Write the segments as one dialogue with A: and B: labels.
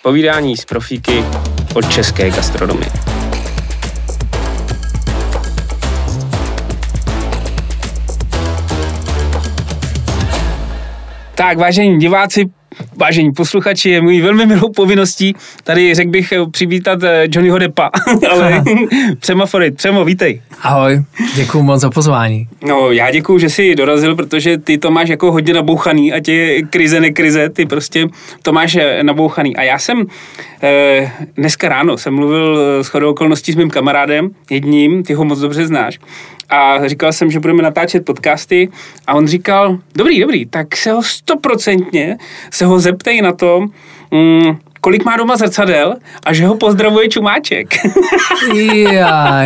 A: Povídání z profíky od české gastronomie. Tak, vážení diváci, vážení posluchači, je mojí velmi milou povinností tady, řekl bych, přivítat Johnnyho Deppa, ale Přemo, vítej.
B: Ahoj, děkuju moc za pozvání.
A: No, já děkuju, že jsi dorazil, protože ty to máš jako hodně nabouchaný, ať je krize, nekrize, ty prostě to máš nabouchaný. A já jsem dneska ráno jsem mluvil shodou okolností s mým kamarádem, jedním, ty ho moc dobře znáš, a říkal jsem, že budeme natáčet podcasty a on říkal, dobrý, tak se ho 100% se ho zeptej na to, kolik má doma zrcadel a že ho pozdravuje Čumáček.
B: Jaj.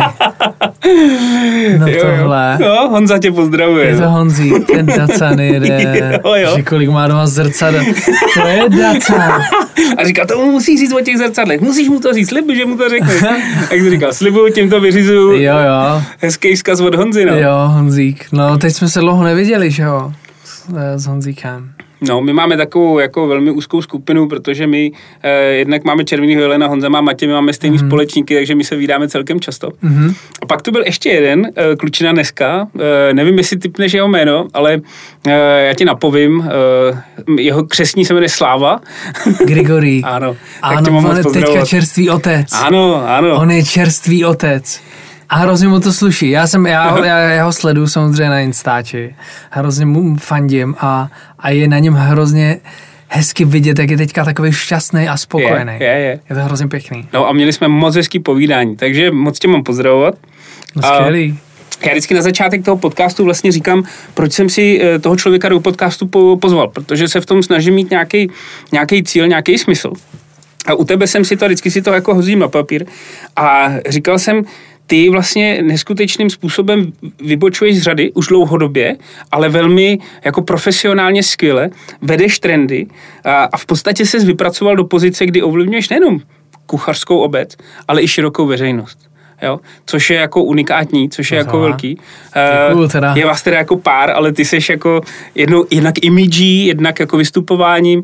B: No tohle.
A: Jo, Honza tě pozdravuje.
B: Je to Honzík, ten Dacan jede,
A: jo.
B: že kolik má doma zrcadel. To je Dacan.
A: A říkal, tomu musí říct o těch zrcadlech, musíš mu to říct, slibuji, že mu to řekneš. Tak jsi říkal, slibuji, tím to vyřizuju.
B: Jo.
A: Hezký vzkaz od Honzy, no.
B: Jo, Honzík. No, teď jsme se dlouho neviděli, že jo, s Honzíkem.
A: No, my máme takovou jako velmi úzkou skupinu, protože my jednak máme Červenýho jelena, Honza má Matě, my máme stejný společníky, takže my se vídáme celkem často. A pak tu byl ještě jeden klučina dneska, nevím, jestli typneš jeho jméno, ale já ti napovím, jeho křestní se jmenuje Sláva.
B: Grigory.
A: Ano,
B: on je teďka čerstvý otec.
A: Ano.
B: On je čerstvý otec. A hrozně mu to sluší. Já ho sleduju samozřejmě na Instači. Hrozně mu fandím a je na něm hrozně hezky vidět, jak je teďka takový šťastný a spokojený.
A: Je
B: to hrozně pěkný.
A: No a měli jsme moc hezký povídání, takže moc tě mám pozdravovat.
B: No skvělý.
A: Já vždycky na začátek toho podcastu vlastně říkám, proč jsem si toho člověka do podcastu pozval, protože se v tom snažím mít nějaký cíl, nějaký smysl. A u tebe jsem vždycky si to jako hozím na papír a říkal jsem, ty vlastně neskutečným způsobem vybočuješ z řady už dlouhodobě, ale velmi jako profesionálně skvěle, vedeš trendy a v podstatě ses vypracoval do pozice, kdy ovlivňuješ nejenom kuchařskou obec, ale i širokou veřejnost. Jo? Což je jako unikátní, což je jako velký. Je vás teda jako pár, ale ty seš jako jednak imidží, jednak jako vystupováním,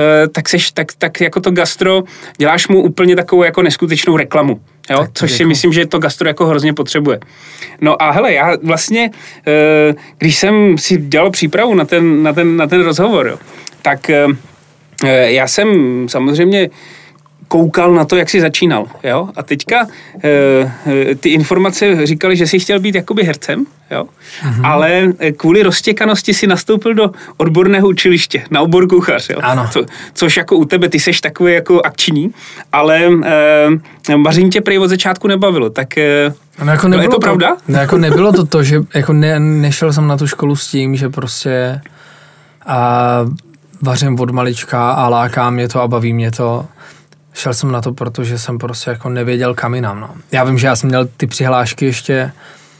A: tak jako to gastro děláš mu úplně takovou jako neskutečnou reklamu. Jo? Což si myslím, že to gastro jako hrozně potřebuje. No a hele, já vlastně, když jsem si dělal přípravu na ten rozhovor, jo, tak já jsem samozřejmě koukal na to, jak jsi začínal, jo? A teďka ty informace říkaly, že jsi chtěl být jakoby hercem, jo? Ale kvůli roztěkanosti si nastoupil do odborného učiliště, na obor kuchař, jo?
B: Ano.
A: Což jako u tebe, ty seš takový jako akční, ale vaření tě prej od začátku nebavilo, tak
B: no jako
A: je to pravda?
B: No jako nebylo to, že jako nešel jsem na tu školu s tím, že prostě vařím od malička a láká mě to a baví mě to. Šel jsem na to, protože jsem prostě jako nevěděl, kam jinam, no. Já vím, že já jsem měl ty přihlášky ještě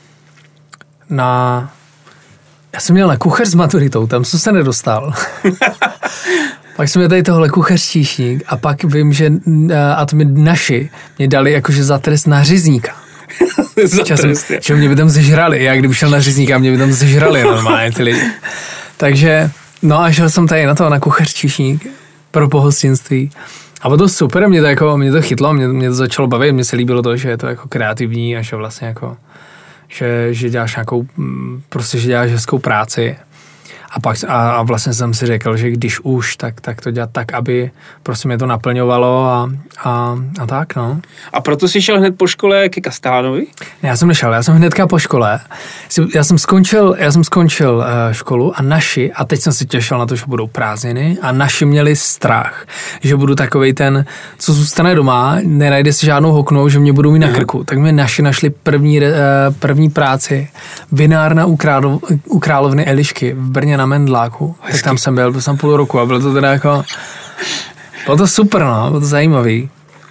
B: já jsem měl na kuchař s maturitou, tam jsem se nedostal. Pak jsem měl tady tohle kuchařčíšník a pak vím, že a to mi naši mě dali jakože za trest na řezníka. Že mě by tam zežrali, já kdyby šel na řezníka, mě by tam zežrali normálně ty lidi. Takže, no a šel jsem tady na to, na kuchařčíšník pro pohostinství. A bylo to super, mě to chytlo, mě to začalo bavit, mně se líbilo to, že je to jako kreativní a že vlastně jako, že děláš nějakou, prostě, že děláš hezkou práci. A pak a vlastně jsem si řekl, že když už, tak to dělat tak, aby prostě mě to naplňovalo a tak, no.
A: A proto jsi šel hned po škole ke Kastelánovi?
B: Ne, já jsem nešel, já jsem hnedka po škole. Já jsem skončil školu a teď jsem si těšil na to, že budou prázdniny a naši měli strach, že budu takovej ten, co zůstane doma, nenajde si žádnou hoknou, že mě budou mít na krku. Tak mě naši našli první práci, vinárna u Královny Elišky v Brně na Mendláku. Tak tam jsem byl jsem půl roku a bylo to teda jako, bylo to super, no, bylo to zajímavý.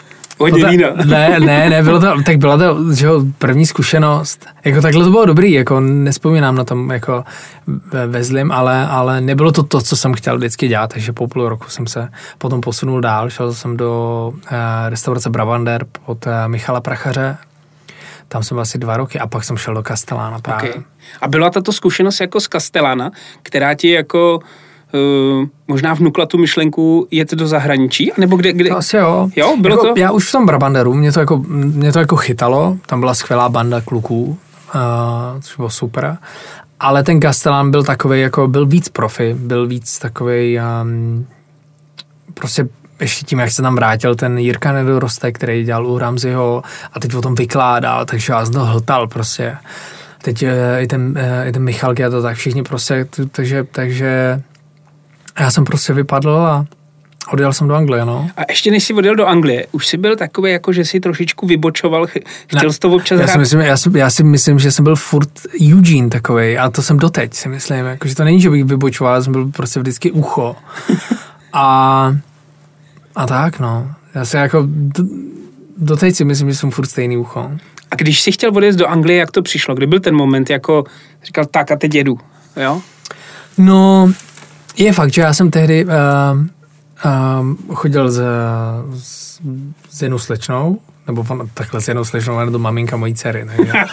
B: Ne, byla to, že jo, první zkušenost. Jako takhle to bylo dobrý, jako nespomínám na tom jako ve zlým, ale nebylo to, co jsem chtěl vždycky dělat, takže po půl roku jsem se potom posunul dál, šel jsem do restaurace Bravander od Michala Prachaře. Tam jsem byl asi 2 roky a pak jsem šel do Kastelána právě.
A: Okay. A byla tato zkušenost jako z Kastelána, která ti jako možná vnukla tu myšlenku jet do zahraničí? Nebo kde?
B: Asi jo.
A: Jo, bylo
B: jako,
A: to?
B: Já už v tom Brabanderu, mě to jako chytalo, tam byla skvělá banda kluků, což bylo super. Ale ten Gastelan byl takovej, jako byl víc profi, byl víc takovej, prostě ještě tím, jak se tam vrátil ten Jirka Nedorostek, který dělal u Ramziho a teď o tom vykládal, takže já jsem to hltal prostě. Teď i ten Michalky a to tak všichni prostě, takže já jsem prostě vypadl a odjel jsem do Anglie, no.
A: A ještě než jsi odjel do Anglie, už jsi byl takový, jako že jsi trošičku vybočoval, chtěl jsi to občas hrát?
B: Já si myslím, že jsem byl furt Eugene takovej, a to jsem doteď, si myslím, jako, že to není, že bych vybočoval, já jsem byl prostě vždycky ucho. A tak, no. Já si jako doteď si myslím, že jsem furt stejný ucho.
A: A když jsi chtěl odjet do Anglie, jak to přišlo? Kdy byl ten moment, jako říkal, tak a teď jedu, jo?
B: No, je fakt, že já jsem tehdy chodil s jednou slečnou, nebo takhle s jednou slečnou, ale to maminka mojí dcery.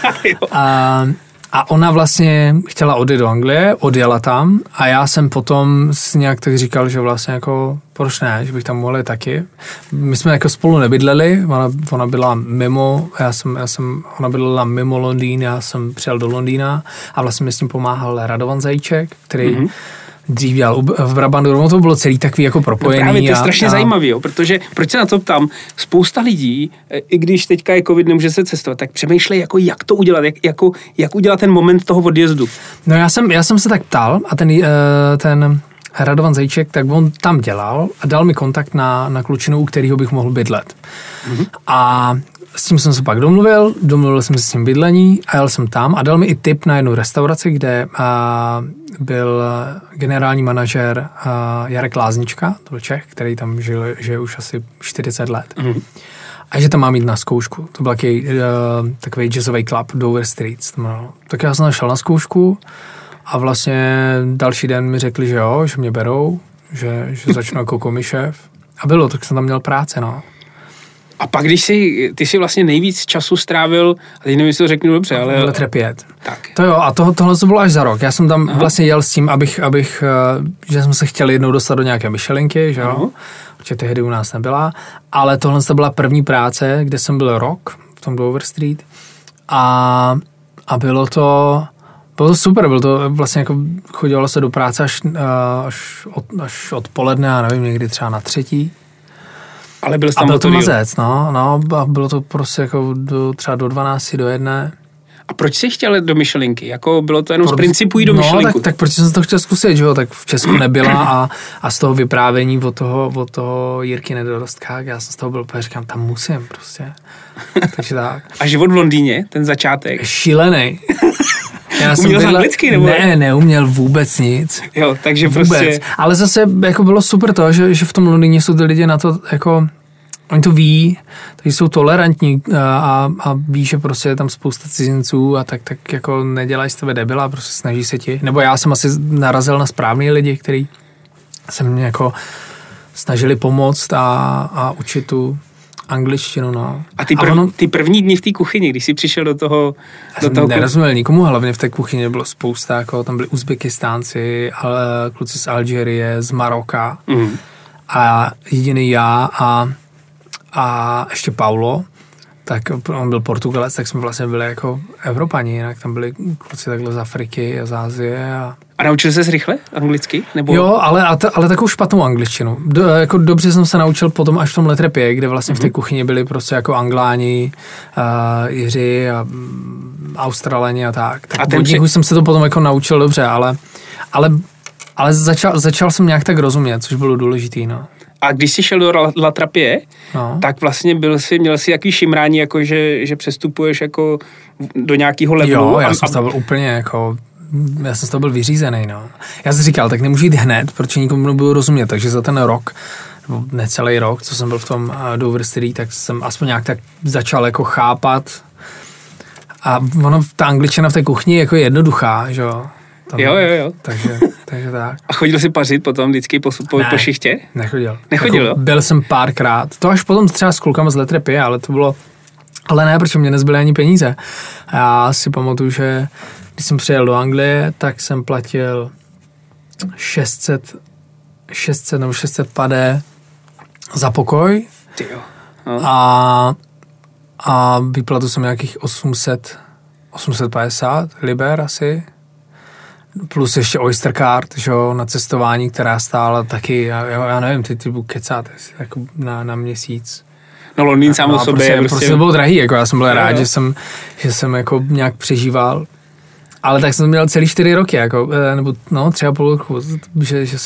B: A ona vlastně chtěla odjet do Anglie, odjela tam a já jsem potom nějak tak říkal, že vlastně jako proč ne, že bych tam mohl taky. My jsme jako spolu nebydleli, ona byla mimo, ona bydlela mimo Londýn, já jsem přijel do Londýna a vlastně mi s tím pomáhal Radovan Zajíček, který dřív dělal v Brabandu, to bylo celý takový jako propojený.
A: No právě to je strašně zajímavý, jo, protože proč se na to ptám, spousta lidí, i když teďka je covid, nemůže se cestovat, tak přemýšlej, jako jak to udělat, jak udělat ten moment toho odjezdu.
B: No já jsem se tak ptal a ten Radovan Zajíček, tak on tam dělal a dal mi kontakt na klučinu, u kterého bych mohl bydlet. A s tím jsem se pak domluvil jsem se s tím bydlení a jel jsem tam a dal mi i tip na jednu restauraci, kde byl generální manažer Jarek Láznička, to byl Čech, který tam žije už asi 40 let. A že tam mám jít na zkoušku. To byl takový jazzový klub Dover Street. Tak já jsem našel na zkoušku a vlastně další den mi řekli, že jo, že mě berou, že začnu jako komišéf. A bylo, tak jsem tam měl práce, no.
A: A pak, když ty si vlastně nejvíc času strávil, a teď nevím, jestli to řeknu dobře, ale...
B: Le Trepět.
A: Tak.
B: To jo, a tohle to bylo až za rok. Já jsem tam vlastně jel s tím, že jsme se chtěli jednou dostat do nějaké Michelinky, že jo? Protože tehdy u nás nebyla. Ale tohle to byla první práce, kde jsem byl rok v tom Dover Street. A bylo to super, bylo to vlastně jako chodilo se do práce až odpoledne, já nevím, někdy třeba na 3.
A: Ale byl
B: a byl to mazec, no, a bylo to prostě jako třeba do 12, do 1.
A: A proč jsi chtěl do Michelinky? Jako bylo to jenom z principu jít do Michelinku?
B: Tak proč jsem to chtěl zkusit, že jo? Tak v Česku nebyla a z toho vyprávění od toho Jirky Nedorostka, já jsem z toho byl, říkám, tam musím prostě. Takže tak.
A: A život v Londýně, ten začátek?
B: Šílený.
A: Uměl jsi anglicky, nebo?
B: Ne, neuměl vůbec nic.
A: Jo, takže
B: vůbec.
A: Prostě...
B: Ale zase jako bylo super to, že v tom Londýně jsou ty lidi na to jako... Oni to ví, takže jsou tolerantní a ví, že prostě je tam spousta cizinců a tak jako nedělají z tebe debila, prostě snaží se ti. Nebo já jsem asi narazil na správný lidi, kteří se mě jako snažili pomoct a učit tu angličtinu, no.
A: A ty první dny v té kuchyni, když jsi přišel do toho...
B: Já jsem nerozuměl nikomu, hlavně v té kuchyni bylo spousta, jako tam byli Uzbekistánci, kluci z Alžírie, z Maroka a jediný já a ještě Paulo, tak on byl Portugalec, tak jsme vlastně byli jako Evropani, jinak tam byli kluci takhle z Afriky a z Asie.
A: A naučil ses rychle anglicky? Nebo...
B: Jo, ale takovou špatnou angličtinu. Jako dobře jsem se naučil potom až v tom Le Trepě, kde vlastně v té kuchyni byli prostě jako Angláni, Jiři a Australani a tak. Tak od nich už jsem se to potom jako naučil dobře, ale začal jsem nějak tak rozumět, což bylo důležitý, no.
A: A když jsi šel do La Trapie, tak vlastně měl jsi jaký šimrání, jako že přestupuješ jako do nějakého levelu.
B: Jo, já jsem to byl úplně jako... Já jsem z toho byl vyřízený, no. Já jsem říkal, tak nemůžu jít hned, protože nikomu nebudu rozumět, takže za ten rok, nebo necelý rok, co jsem byl v tom Dover Street, tak jsem aspoň nějak tak začal jako chápat. A ono, ta angličtina v té kuchyni je jako jednoduchá, že jo.
A: Jo.
B: Takže tak.
A: A chodil jsi pařit potom vždycky po šichtě?
B: Nechodil,
A: jo?
B: Byl jsem párkrát. To až potom třeba s klukama z Le Trepie, ale to bylo... Ale ne, protože mě nezbyly ani peníze. A já si pamatuju, že když jsem přijel do Anglie, tak jsem platil 600 nebo 600 padé za pokoj.
A: Tyjo. No.
B: A výplatu jsem nějakých 850 liber asi. Plus ještě Oyster Card, že jo, na cestování, která stála taky, já nevím, ty budu kecat, jako na měsíc.
A: No Londýn sám o sobě
B: prostě to bylo drahý, jako já jsem byl rád, že jsem jako nějak přežíval. Ale tak jsem měl celý 4 roky, jako, nebo no 3,5 roku, že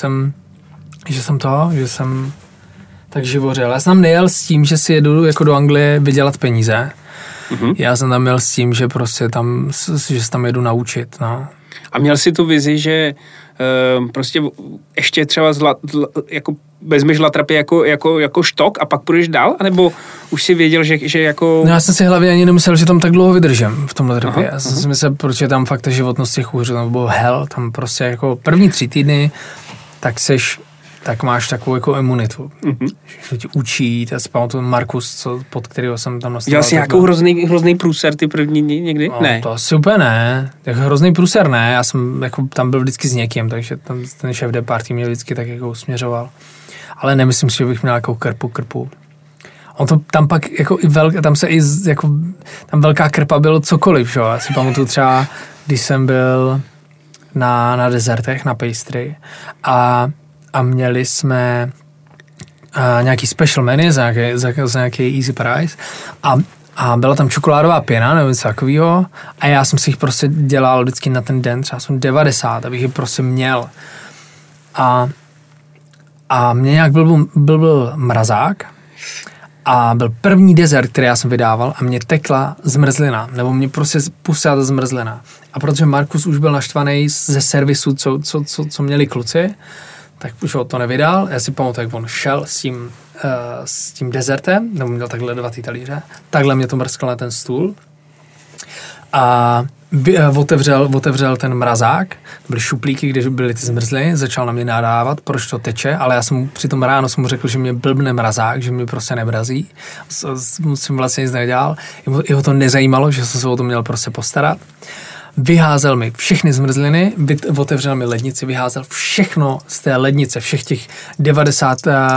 B: jsem tak živořil. Já jsem tam nejel s tím, že si jedu jako do Anglie vydělat peníze. Mm-hmm. Já jsem tam měl s tím, že prostě že se tam jedu naučit, no.
A: A měl si tu vizi, že prostě ještě třeba jako vezmeš latrapy jako štok a pak půjdeš dál? Anebo už si věděl, že jako...
B: No já jsem si hlavně ani nemyslel, že tam tak dlouho vydržím v tom latrapě. Já jsem si myslel, protože tam fakt ta životnost je hůř, tam bylo hell, tam prostě jako první 3 týdny, tak máš takovou jako imunitu. Mm-hmm. Že ti učí, já si pamatuju Markus, pod kterého jsem tam nastavil.
A: Dělal jsi nějakou hrozný průser ty první dny někdy?
B: No,
A: ne.
B: To asi úplně ne. Jako hrozný průser ne, já jsem jako tam byl vždycky s někým, takže tam ten šéf de party mě vždycky tak jako usměřoval. Ale nemyslím si, že bych měl nějakou krpu. On to tam pak jako i tam velká krpa bylo cokoliv, že jo. Já si pamatuju třeba, když jsem byl na dezertech, na pastry a měli jsme nějaký special menu za nějaký easy price a byla tam čokoládová pěna nebo něco takového a já jsem si jich prostě dělal vždycky na ten den, třeba jsem 90, abych je prostě měl. A mě nějak byl mrazák a byl první dezert, který já jsem vydával a mě tekla zmrzlina, nebo mě prostě pustila ta zmrzlina. A protože Markus už byl naštvaný ze servisu, co měli kluci, tak už ho to nevydal. Já si pamatuju, jak on šel s tím dezertem, nebo měl takhle 2 talíře, takhle mě to mrsklo na ten stůl a otevřel ten mrazák, byly šuplíky, kde byly ty zmrzliny, začal na mě nadávat, proč to teče, ale já jsem při tom ráno jsem mu řekl, že mě blbne mrazák, že mě prostě nebrazí, jsem vlastně nic nedělal, jeho to nezajímalo, že jsem se o to měl prostě postarat. Vyházel mi všechny zmrzliny, otevřel mi lednici, vyházel všechno z té lednice, všech těch 90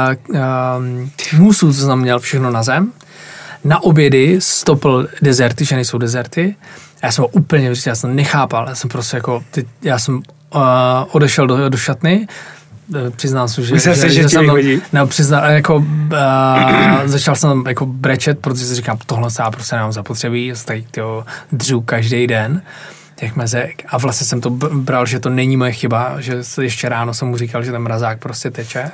B: musů, co jsem měl, všechno na zem. Na obědy stopl dezerty, že nejsou dezerty. Já jsem ho úplně, já jsem nechápal, já jsem prostě jako, odešel do šatny, přiznám se, že jsem začal jsem jako brečet, protože si říkám, tohle já prostě nemám zapotřebí, já se tady dřu každý den, těch mezek a vlastně jsem to bral, že to není moje chyba, že ještě ráno jsem mu říkal, že ten mrazák prostě teče.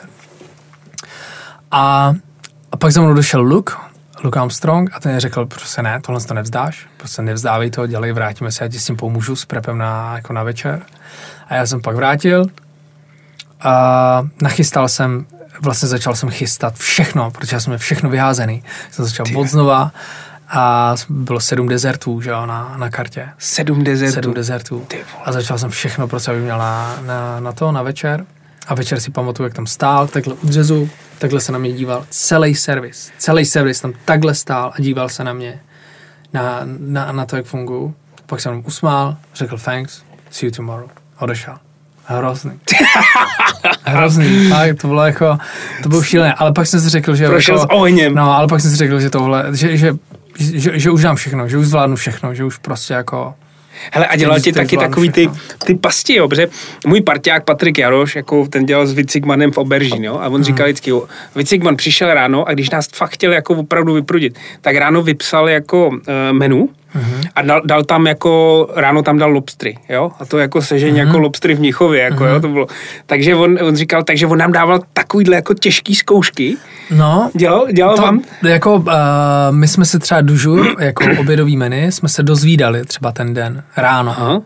B: A pak za mnou došel Luke Armstrong a ten řekl, prostě ne, tohle to nevzdáš, prostě nevzdávej to, dělej, vrátíme se, já ti s tím pomůžu, s prepem na večer. A já jsem pak vrátil a nachystal jsem, vlastně začal jsem chystat všechno, protože já jsem měl všechno vyházený. Jsem začal od znova a bylo 7 dezertů, že jo, na kartě.
A: 7 dezertů?
B: 7 dezertů. A začal jsem všechno, protože abych měl na večer. A večer si pamatuju, jak tam stál, takhle u dřezu, takhle se na mě díval. Celý servis tam takhle stál a díval se na mě, na to, jak funguju. Pak jsem mu usmál, řekl thanks, see you tomorrow. Odešel. Hrozný. Fakt, to bylo jako, to bylo šílené. Ale pak jsem si řekl, že
A: prošel
B: jako,
A: s ohněm.
B: No, ale pak jsem si řekl, že tohle, že už dám všechno, že už zvládnu všechno, že už prostě jako...
A: Hele, a dělal ti taky takový ty pasti, jo, protože můj parťák Patrik Jaroš, jako ten dělal s Witzigmanem v Aubergine, jo, a on říkal vždycky, Witzigman přišel ráno a když nás fakt chtěl jako opravdu vyprudit, tak ráno vypsal jako menu a dal tam jako, ráno tam dal lobstry, jo, a to jako sežení jako lobstry v Mnichově, jako jo, to bylo, takže on říkal, takže on nám dával takovýhle jako těžký zkoušky. No. Dělal to, vám? Jako,
B: my jsme si třeba dužur, jako obědový menu, jsme se dozvídali třeba ten den, ráno. Aha.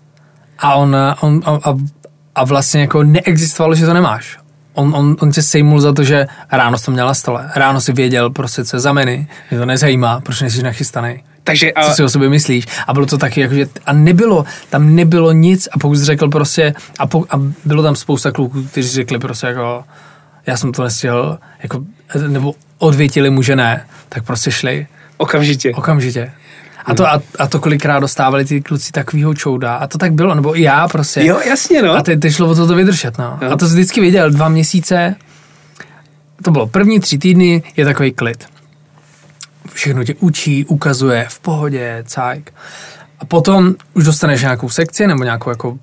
B: A vlastně jako neexistovalo, že to nemáš. On tě sejmul za to, že ráno jsi to měl na stole. Ráno si věděl prostě, co je za menu, že to nezajímá, proč nejsi nachystaný.
A: Takže,
B: co si o sobě myslíš? A bylo to taky, jakože, tam nebylo nic a pokud jsi řekl prostě, a bylo tam spousta kluků, kteří řekli prostě jako, já jsem to nestihl, jako, nebo odvětili mu, že ne, tak prostě šli.
A: Okamžitě.
B: A to kolikrát dostávali ty kluci takovýho čouda. A to tak bylo, nebo i já prostě.
A: Jo, jasně, no.
B: A teď šlo o to vydržet, no. Jo. A to jsi vždycky viděl, 2 měsíce, to bylo první 3 týdny, je takový klid. Všechno tě učí, ukazuje, v pohodě, cajk. A potom už dostaneš nějakou sekci, nebo nějakou jako,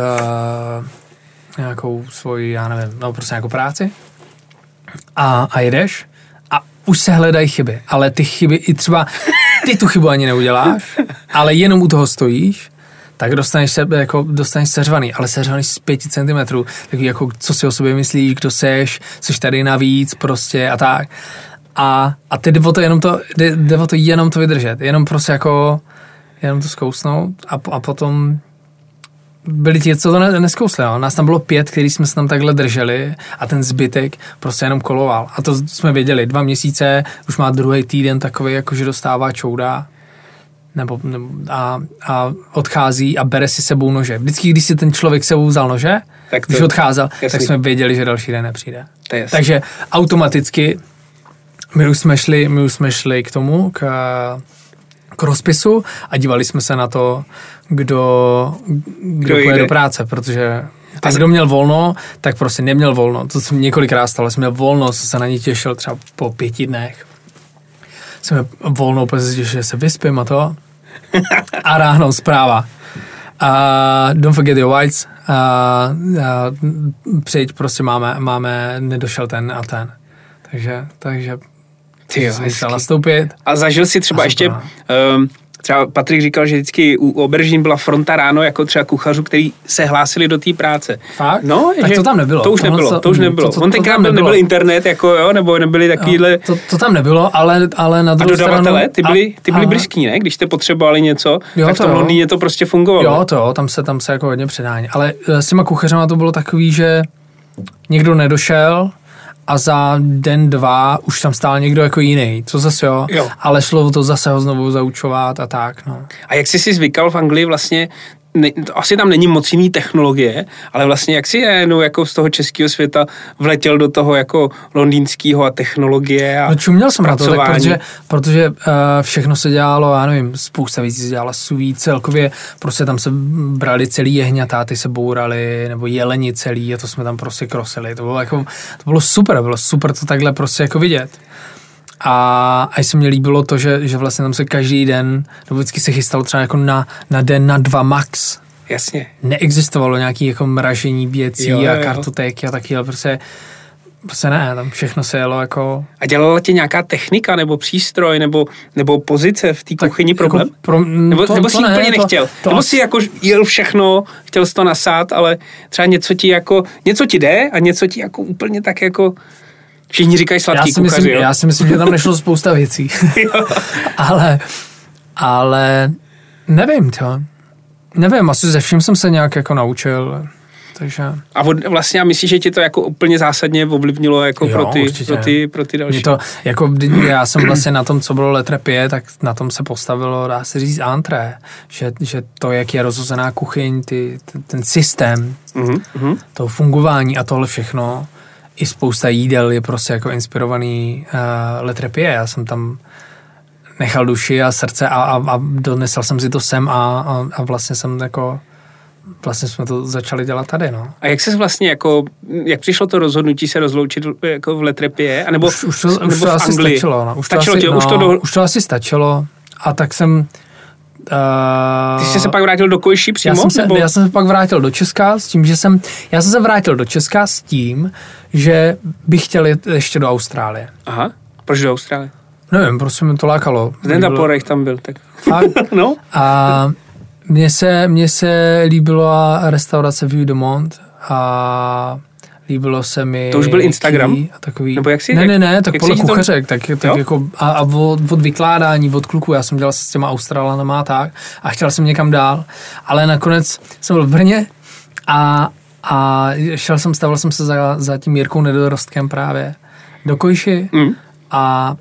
B: nějakou svoji, já nevím, no prostě nějakou práci. A jedeš a už se hledají chyby, ale ty chyby i třeba, ty tu chybu ani neuděláš, ale jenom u toho stojíš, tak dostaneš seřvaný, ale seřvaný z 5 cm, takový jako, co si o sobě myslíš, kdo seš tady navíc prostě a tak. A ty jde o to jenom to vydržet, jenom prostě jako, jenom to zkousnout a potom byli ti, co to neskousli. No. Nás tam bylo 5, který jsme se tam takhle drželi a ten zbytek prostě jenom koloval. A to jsme věděli, 2 měsíce, už má druhý týden takový, jakože dostává čouda a odchází a bere si sebou nože. Vždycky, když si ten člověk sebou vzal nože, když odcházel, tak jsme věděli, že další den nepřijde. Takže automaticky my už jsme šli k tomu, k rozpisu a dívali jsme se na to, kdo půjde do práce, protože ten, kdo měl volno, tak prostě neměl volno. To jsem několikrát stalo, jsem měl volno, jsem se na ní těšil třeba po 5 dnech. Jsem měl volno, protože že se vyspím a to. A ráno zpráva. Don't forget your whites. Přijď, prostě nedošel ten a ten. Takže jsem musel nastoupit.
A: A zažil si třeba ještě, třeba Patrik říkal, že vždycky u Aubergine byla fronta ráno, jako třeba kuchařů, který se hlásili do té práce.
B: Fakt?
A: No,
B: tak to tam nebylo.
A: To už nebylo. On tenkrát nebyl internet, jako jo, nebo nebyly takovýhle...
B: To tam nebylo, ale na druhou stranu... A
A: dodavatele, ty byli brzký, ne? Když jste potřebovali něco, tak v tom Londýně to prostě fungovalo.
B: Jo, to tam se jako hodně předání. Ale s těma kuchařama to bylo takový, že někdo nedošel, a za den, 2 už tam stál někdo jako jiný, co zase jo, ale šlo to zase ho znovu zaučovat a tak, no.
A: A jak jsi si zvykal v Anglii vlastně, asi tam není moc jiný technologie, ale vlastně jak si jako z toho českého světa vletěl do toho jako londýnského a technologie a
B: čuměl jsem na to, tak protože všechno se dělalo, já nevím, spousta věcí se dělala suví, celkově prostě tam se brali celý jehňata, ty se bourali, nebo jeleni celý a to jsme tam prostě krosili, to bylo super to takhle prostě jako vidět. A se mně líbilo to, že vlastně tam se každý den, nebo vždycky se chystalo třeba jako na den, na 2 max.
A: Jasně.
B: Neexistovalo nějaké jako mražení věcí a kartotéky a taky, ale prostě ne, tam všechno se jelo jako...
A: A dělala ti nějaká technika nebo přístroj nebo pozice v té kuchyni problém?
B: Jako
A: nebo jsi úplně nechtěl? Nebo jsi jako jel všechno, chtěl jsi to nasát, ale třeba něco ti jde a něco ti jako úplně tak jako... Všichni říkají sladký kuchaři, jo?
B: Já si myslím, že tam nešlo spousta věcí. ale nevím, to. Nevím, asi ze vším jsem se nějak jako naučil. Takže...
A: A vlastně já myslím, že ti to jako úplně zásadně ovlivnilo jako pro ty další.
B: To, jako, já jsem vlastně na tom, co bylo Le Treppier, tak na tom se postavilo, dá se říct, entrée. Že to, jak je rozhozená kuchyň, ten systém, to fungování a tohle všechno, i spousta jídel je prostě jako inspirovaný Le Treppier. Já jsem tam nechal duši a srdce a donesl jsem si to sem a vlastně jsem jako vlastně jsme to začali dělat tady, no.
A: A jak ses vlastně jako, jak přišlo to rozhodnutí se rozloučit jako v Le Treppier, anebo
B: už to asi stačilo, no. Už to asi stačilo a tak jsem
A: Ty jsi se pak vrátil do Kojši přímo?
B: Já jsem se pak vrátil do Česka s tím, že já jsem se vrátil do Česka s tím, že bych chtěl jít ještě do Austrálie.
A: Aha, proč do Austrálie?
B: Nevím, prostě mi to lákalo.
A: Zdenda Porech tam byl, tak.
B: No. A mně se líbila restaurace Vue de Monde a líbilo se mi...
A: To už byl Instagram?
B: Takový...
A: Nebo jak si?
B: Ne, tak podle kuchařek, tak jako a od vykládání, od kluků, já jsem dělal s těma Australanama a chtěl jsem někam dál, ale nakonec jsem byl v Brně a stavil jsem se za tím Jirkou Nedorostkem právě do Kojši a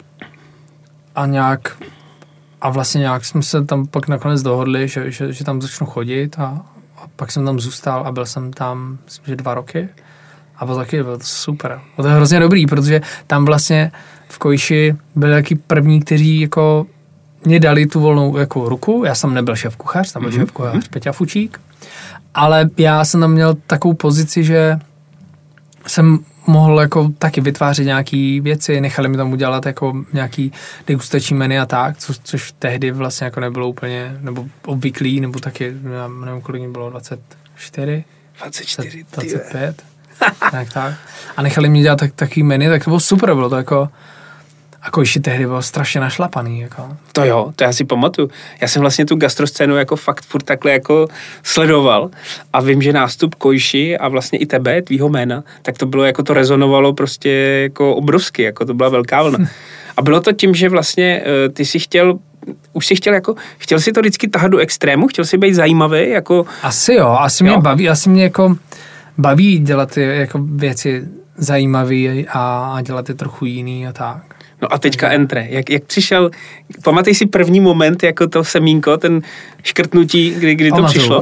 B: vlastně nějak jsme se tam pak nakonec dohodli, že tam začnu chodit a pak jsem tam zůstal a byl jsem tam, myslím, že 2 roky. A bylo to super. Bylo to hrozně dobrý, protože tam vlastně v Kojši byli taky první, kteří jako mě dali tu volnou jako ruku, já jsem nebyl šéf kuchař, tam byl šéf kuchař Peťa Fučík, ale já jsem tam měl takovou pozici, že jsem mohl jako taky vytvářet nějaký věci, nechali mi tam udělat jako nějaký degustační menu a tak, což tehdy vlastně jako nebylo úplně, nebo obvyklý, nebo taky, já nevím, kolik mi bylo, 24? 25? tak. A nechali mě dělat takový menu, tak to bylo super, bylo to jako ještě tehdy bylo strašně našlapaný. Jako.
A: To jo, to já si pamatuju. Já jsem vlastně tu gastroscénu jako fakt furt takhle jako sledoval a vím, že nástup Kojši a vlastně i tebe, tvýho jména, tak to bylo jako to rezonovalo prostě jako obrovsky, jako to byla velká vlna. A bylo to tím, že vlastně ty si chtěl si to vždycky tahat do extrému, chtěl si být zajímavý, jako...
B: Asi jo, asi mě jako baví dělat ty jako věci zajímavé a dělat je trochu jiný a tak.
A: No a teďka Entre. Jak přišel, pamatej si první moment, jako to semínko, ten škrtnutí, kdy to přišlo?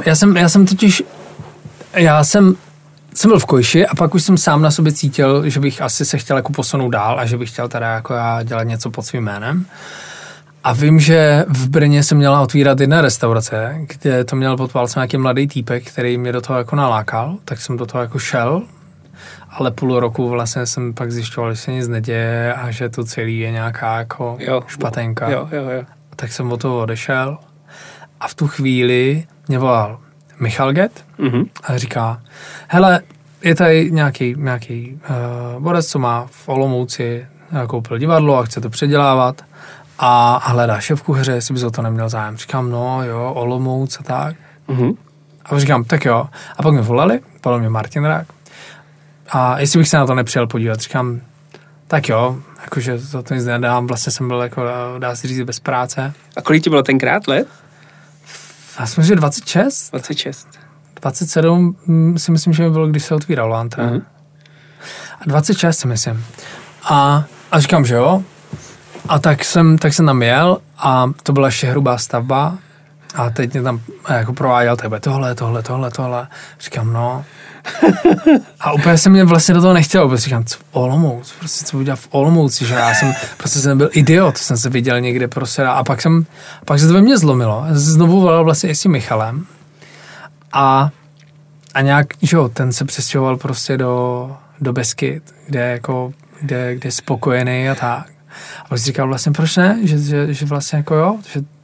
B: Já jsem byl v Kojši a pak už jsem sám na sobě cítil, že bych asi se chtěl jako posunout dál a že bych chtěl teda jako já dělat něco pod svým jménem. A vím, že v Brně jsem měla otvírat jedna restaurace, kde to měl pod palcem nějaký mladý týpek, který mě do toho jako nalákal, tak jsem do toho jako šel. Ale půl roku vlastně jsem pak zjišťoval, že se nic neděje a že to celý je nějaká jako špatenka.
A: Jo.
B: Tak jsem od toho odešel a v tu chvíli mě volal Michal Get a říká, hele, je tady nějaký borec, co má v Olomouci, koupil divadlo a chce to předělávat a hledá šéf kuchaře, jestli bys o to neměl zájem. Říkám, no jo, Olomouc a tak. A říkám, tak jo. A pak mě volal mě Martin Rák. A jestli bych se na to nepřijel podívat, říkám, tak jo, jakože to nic nedám, vlastně jsem byl jako, dá se říct, bez práce.
A: A kolik ti bylo tenkrát let?
B: Já si myslím, že 26. 27 si myslím, že mi bylo, když se otvíralo Antre. A 26 si myslím. A říkám, že jo. A tak jsem tam jel a to byla ještě hrubá stavba a teď mě tam jako prováděl tebe tohle. Říkám, no. A úplně se mě vlastně do toho nechtělo, protože říkám, co v Olomouc, prostě co udělat v Olomouci, že já jsem byl idiot, jsem se viděl někde prostě a pak se to ve mně zlomilo. Já jsem znovu volal vlastně i s Michalem a nějak, že jo, ten se přestěhoval prostě do Beskyd, kde je spokojený a tak. A pak si říkal vlastně, proč ne, že vlastně jako jo,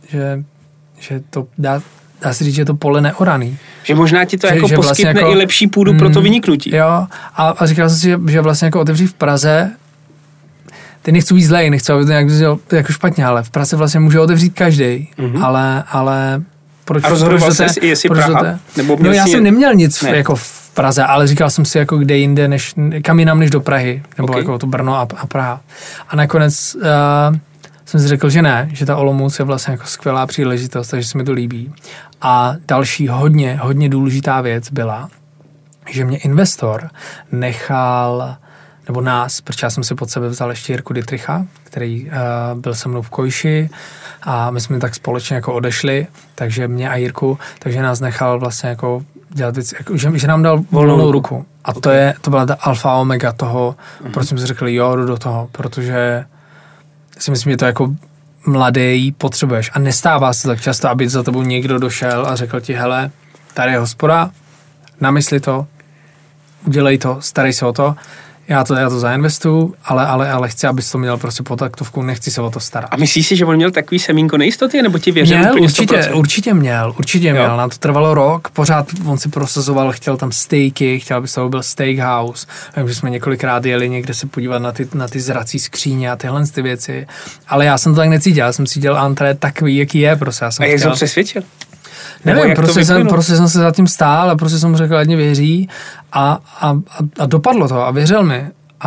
B: že to dá se říct, že je to pole neoraný.
A: Že možná ti to jako poskytne vlastně jako, i lepší půdu pro to vyniknutí.
B: Jo, a říkal jsem si, že vlastně jako otevřít v Praze, teď nechci být zlej, nechci, aby to nějak jako špatně, ale v Praze vlastně může otevřít každej, ale proč?
A: A rozhodoval jsi, jestli Praha?
B: No já jsem neměl nic jako v Praze, ale říkal jsem si jako kde jinde, kam jinam než do Prahy, nebo jako to Brno a Praha. A nakonec jsem si řekl, že ne, že ta Olomouc je vlastně jako skvělá příležitost, takže se mi to líbí. A další hodně důležitá věc byla, že mě investor nechal, nebo nás, protože já jsem si pod sebe vzal ještě Jirku Dittricha, který byl se mnou v Kojši a my jsme tak společně jako odešli, takže mě a Jirku, takže nás nechal vlastně jako dělat věci, jako, že nám dal volnou ruku. A to byla ta alfa omega toho, proč jsem si řekl, jo, jdu do toho, protože si myslím, že to jako mladý potřebuješ. A nestává se tak často, aby za tebou někdo došel a řekl ti, hele, tady je hospoda, namysli to, udělej to, starej se o to, já to zainvestuju, ale chci, abys to měl prostě pod taktovku, nechci se o to starat.
A: A myslíš si, že on měl takový semínko nejistoty, nebo ti věřil úplně 100%?
B: Určitě měl. Nám to trvalo rok, pořád on si prosazoval, chtěl tam steaky, chtěl, aby to byl steakhouse. Vím, že jsme několikrát jeli někde se podívat na ty zrací skříně a tyhle ty věci. Ale já jsem to tak necítil, já jsem cítil Antre takový, jaký je. Prostě.
A: A jak jsi ho přesvědčil?
B: Nevím, prostě jsem se za tím stál a prostě jsem mu řekl, ať mě věří a dopadlo to a věřil mi.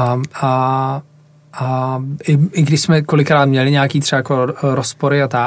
B: A i když jsme kolikrát měli nějaký třeba jako rozpory a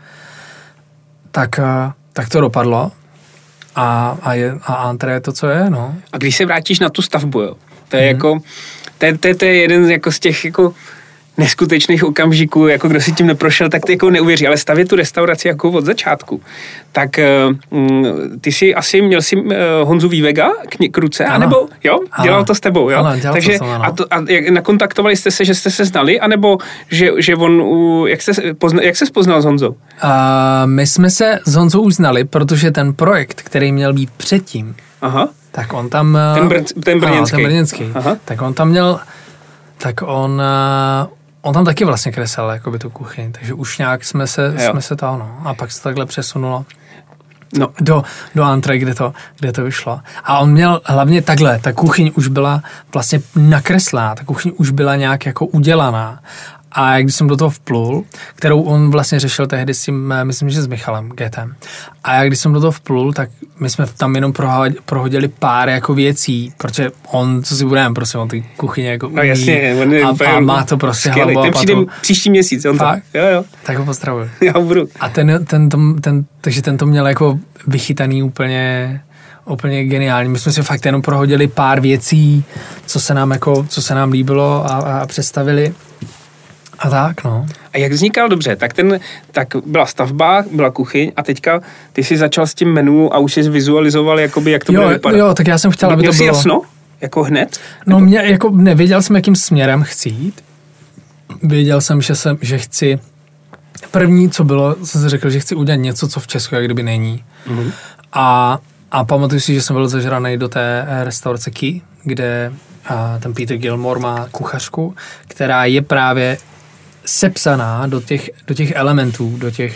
B: tak to dopadlo a Antre je to, co je, no.
A: A když se vrátíš na tu stavbu, jo, to je jako, to je jeden jako z těch jako neskutečných okamžiků, jako kdo si tím neprošel, tak ty jako neuvěří, ale stavět tu restauraci jako od začátku. Tak ty jsi asi měl si Honzu Vývega k ruce, anebo jo? Dělal to s tebou, jo?
B: Ano, takže
A: a jak nakontaktovali jste se, že jste se znali, anebo že on, jak se poznal s Honzou?
B: My jsme se s Honzou už znali, protože ten projekt, který měl být předtím, tak on tam...
A: Ten brněnský.
B: Ten brněnský. Tak on tam měl... Tak on tam taky vlastně kreslil jakoby tu kuchyň, takže už nějak jsme se toho, no. A pak se takhle přesunulo do antre, kde to vyšlo. A on měl hlavně takhle, ta kuchyň už byla vlastně nakreslená, ta kuchyň už byla nějak jako udělaná. A když jsem do toho vplul, kterou on vlastně řešil tehdy s tím, myslím, že s Michalem Getem. A já když jsem do toho vplul, tak my jsme tam jenom prohodili pár jako věcí, protože on, co si budeme, prostě on ty kuchyně jako umí.
A: No jasně, on je
B: a má to prostě hlavu a
A: přijde příští měsíc, on
B: fakt?
A: To. Jo.
B: Tak ho pozdravuji.
A: Já budu.
B: A takže ten to měl jako vychytaný úplně geniální. My jsme si fakt jenom prohodili pár věcí, co se nám líbilo a představili. A tak, no.
A: A jak vznikal dobře? Tak byla stavba, byla kuchyň a teďka ty jsi začal s tím menu a už jsi vizualizoval, jakoby, jak to bude vypadat.
B: Jo, tak já jsem chtěl, aby to bylo...
A: Měl jsi jasno? Jako hned?
B: No, nevěděl jsem, jakým směrem chci jít. Věděl jsem, že chci... První, co bylo, jsem si řekl, že chci udělat něco, co v Česku jak kdyby není. Mm-hmm. A pamatuju si, že jsem byl zažranej do té restaurace Key, kde ten Peter Gilmore má kuchařku, která je právě sepsaná do těch elementů, do těch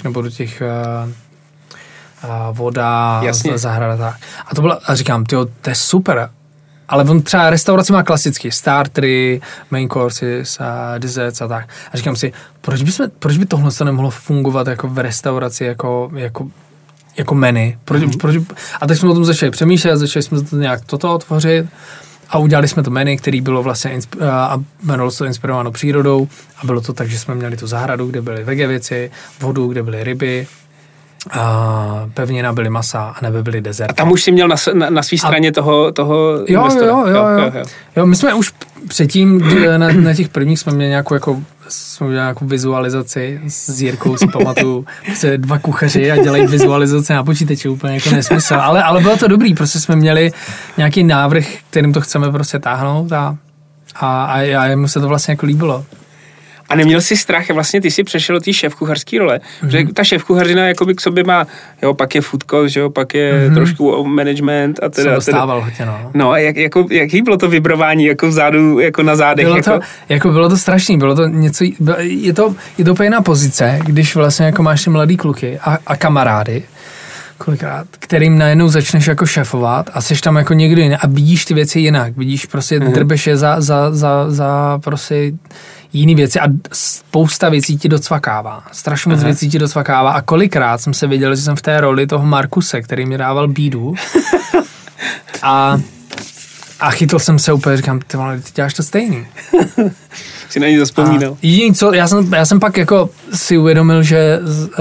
B: voda, zahrada. A říkám, tyjo, to je super. Ale on třeba restaurace má klasicky startery, main courses, desserts a tak. A říkám si, proč by tohle se nemohlo fungovat jako v restauraci, jako menu? A teď jsme o tom začali přemýšlet, začali jsme to nějak toto tvořit. A udělali jsme to menu, který bylo vlastně a jmenovalo se to inspirováno přírodou a bylo to tak, že jsme měli tu zahradu, kde byly vege věci, vodu, kde byly ryby, a pevnina byly masa a nebe byly dezerty.
A: A tam už jsi měl na své straně toho investora.
B: Jo, my jsme už předtím na těch prvních jsme měli nějakou vizualizaci s Jirkou, si pamatuju, se 2 kuchaři a dělají vizualizace na počítači, úplně jako nesmysl. Ale bylo to dobrý, prostě jsme měli nějaký návrh, kterým to chceme prostě táhnout a jemu se to vlastně jako líbilo.
A: A neměl jsi strach, vlastně ty jsi přešel do té šéfkuchařský role, protože ta šéfkuchařina jakoby k sobě má, jo, pak je food cost, že jo, pak je trošku management a teda.
B: Jsem dostával hodně, no.
A: No a jaký bylo to vibrování, jako vzadu, jako na zádech?
B: Bylo to strašný, bylo to něco, je to úplně jiná pozice, když vlastně jako máš ty mladý kluky a kamarády, kolikrát, kterým najednou začneš jako šéfovat a jsi tam jako někdo jiný a vidíš ty věci jinak, vidíš prostě drbeš je za prostě jiný věci a spousta věcí ti docvakává. Strašně moc věcí ti docvakává a kolikrát jsem se viděl, že jsem v té roli toho Markuse, který mi dával bídu a chytl jsem se úplně, říkám, ty děláš to stejný.
A: Si na ní zavzpomínal.
B: Jediný co, já jsem pak jako si uvědomil, že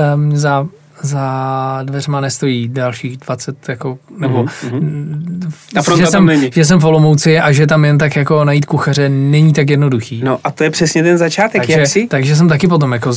B: za dveřma nestojí dalších 20, jako, nebo že jsem v Olomouci a že tam jen tak jako najít kuchaře není tak jednoduchý.
A: No a to je přesně ten začátek,
B: takže jsem taky potom jako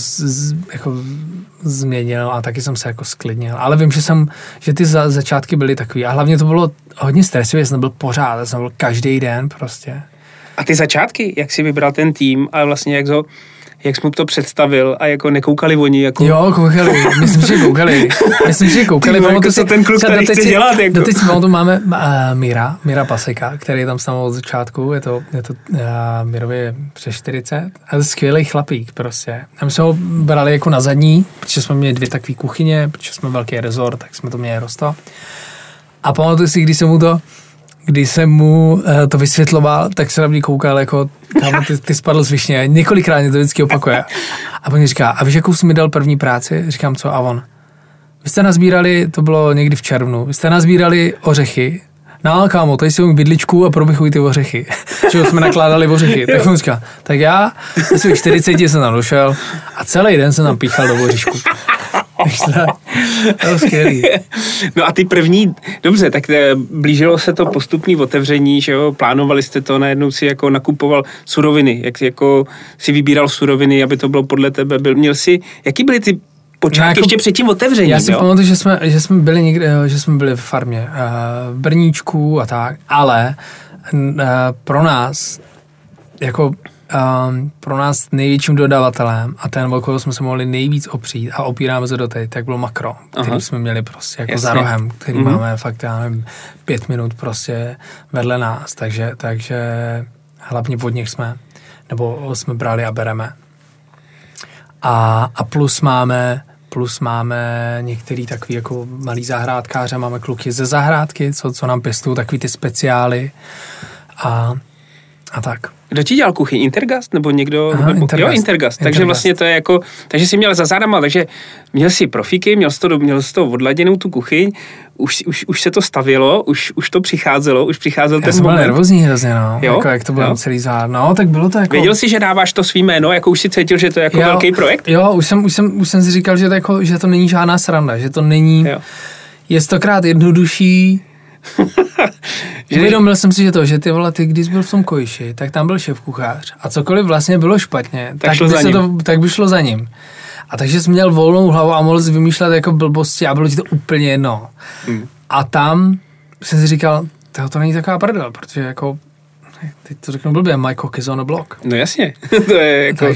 B: změnil a taky jsem se jako sklidnil. Ale vím, že ty začátky byly takový a hlavně to bylo hodně stresové, jsem byl pořád, jsem byl každý den prostě.
A: A ty začátky, jak jsi vybral ten tým a vlastně jak jsi mu to představil a jako nekoukali oni? Jako...
B: Jo, koukali. Myslím, že koukali.
A: Jako co ten kluk tady chce dělat? Jako.
B: Doteď tu máme Míra Paseka, který je tam s námi od začátku. Je to Mírově přes 40. A to je skvělý chlapík prostě. A my jsme ho brali jako na zadní, protože jsme měli 2 takové kuchyně, protože jsme velký rezort, tak jsme to měli rosto. A pamatuju si, když jsem mu to vysvětloval, tak se na mě koukal jako, kámo, ty spadl z višně. Několikrát mě to vždycky opakuje. A on mi říká, a víš, jakou jsi mi dal první práci? Říkám, co? A on, vy jste nazbírali, to bylo někdy v červnu, vy jste nazbírali ořechy. No, kámo, tady si mám bydličku a proběchuj ty ořechy. Čeho jsme nakládali ořechy. Tak on říká, tak já svých 40 jsem tam došel a celý den jsem tam píchal do oříšku. To je skvělý.
A: No a ty první, dobře, tak blížilo se to postupné otevření, že jo, plánovali jste to, najednou si jako nakupoval suroviny, jak jako si vybíral suroviny, aby to bylo podle tebe, jaký byly ty počátky jako, ještě před tím otevřením,
B: já si pamatuju, že jsme byli někde, že jsme byli v farmě v Brníčku a tak, ale pro nás jako pro nás největším dodavatelem a ten, o kterého jsme se mohli nejvíc opřít a opíráme se doteď, tak byl Makro, který jsme měli prostě jako za rohem, který máme fakt, já nevím, 5 minut prostě vedle nás, takže hlavně od nich jsme brali a bereme. A plus máme některý takový jako malý zahrádkáře, máme kluky ze zahrádky, co nám pěstují takový ty speciály a tak.
A: Kdo ti dělal kuchyň? Intergast? Nebo někdo?
B: Intergast.
A: Jo, Intergast. Takže vlastně to je jako, takže jsi měl za zádama, takže měl jsi profíky, měl jsi to odladěnou tu kuchyň, už se to stavělo, už to přicházelo, už přicházel ten moment.
B: Já jsem byl nervózní hrozně, no. Jako, jak to bylo celý zád. No, tak bylo to jako...
A: Věděl jsi, že dáváš to svý jméno, jako už si cítil, že to je jako velký projekt?
B: Jo, už jsem si říkal, že to není žádná sranda, že to není... Jo. Je 100krát jednodušší. Uvědomil jsem si, že ty vole, když jsi byl v tom Kojiši, tak tam byl šéf kuchař a cokoliv vlastně bylo špatně, tak by šlo za ním. A takže jsi měl volnou hlavu a mohl jsi vymýšlet jako blbosti a bylo ti to úplně jedno. A tam jsem si říkal, to není taková prdel, protože jako, teď to řeknu blbě, my cock is on a block.
A: No jasně. To je jako...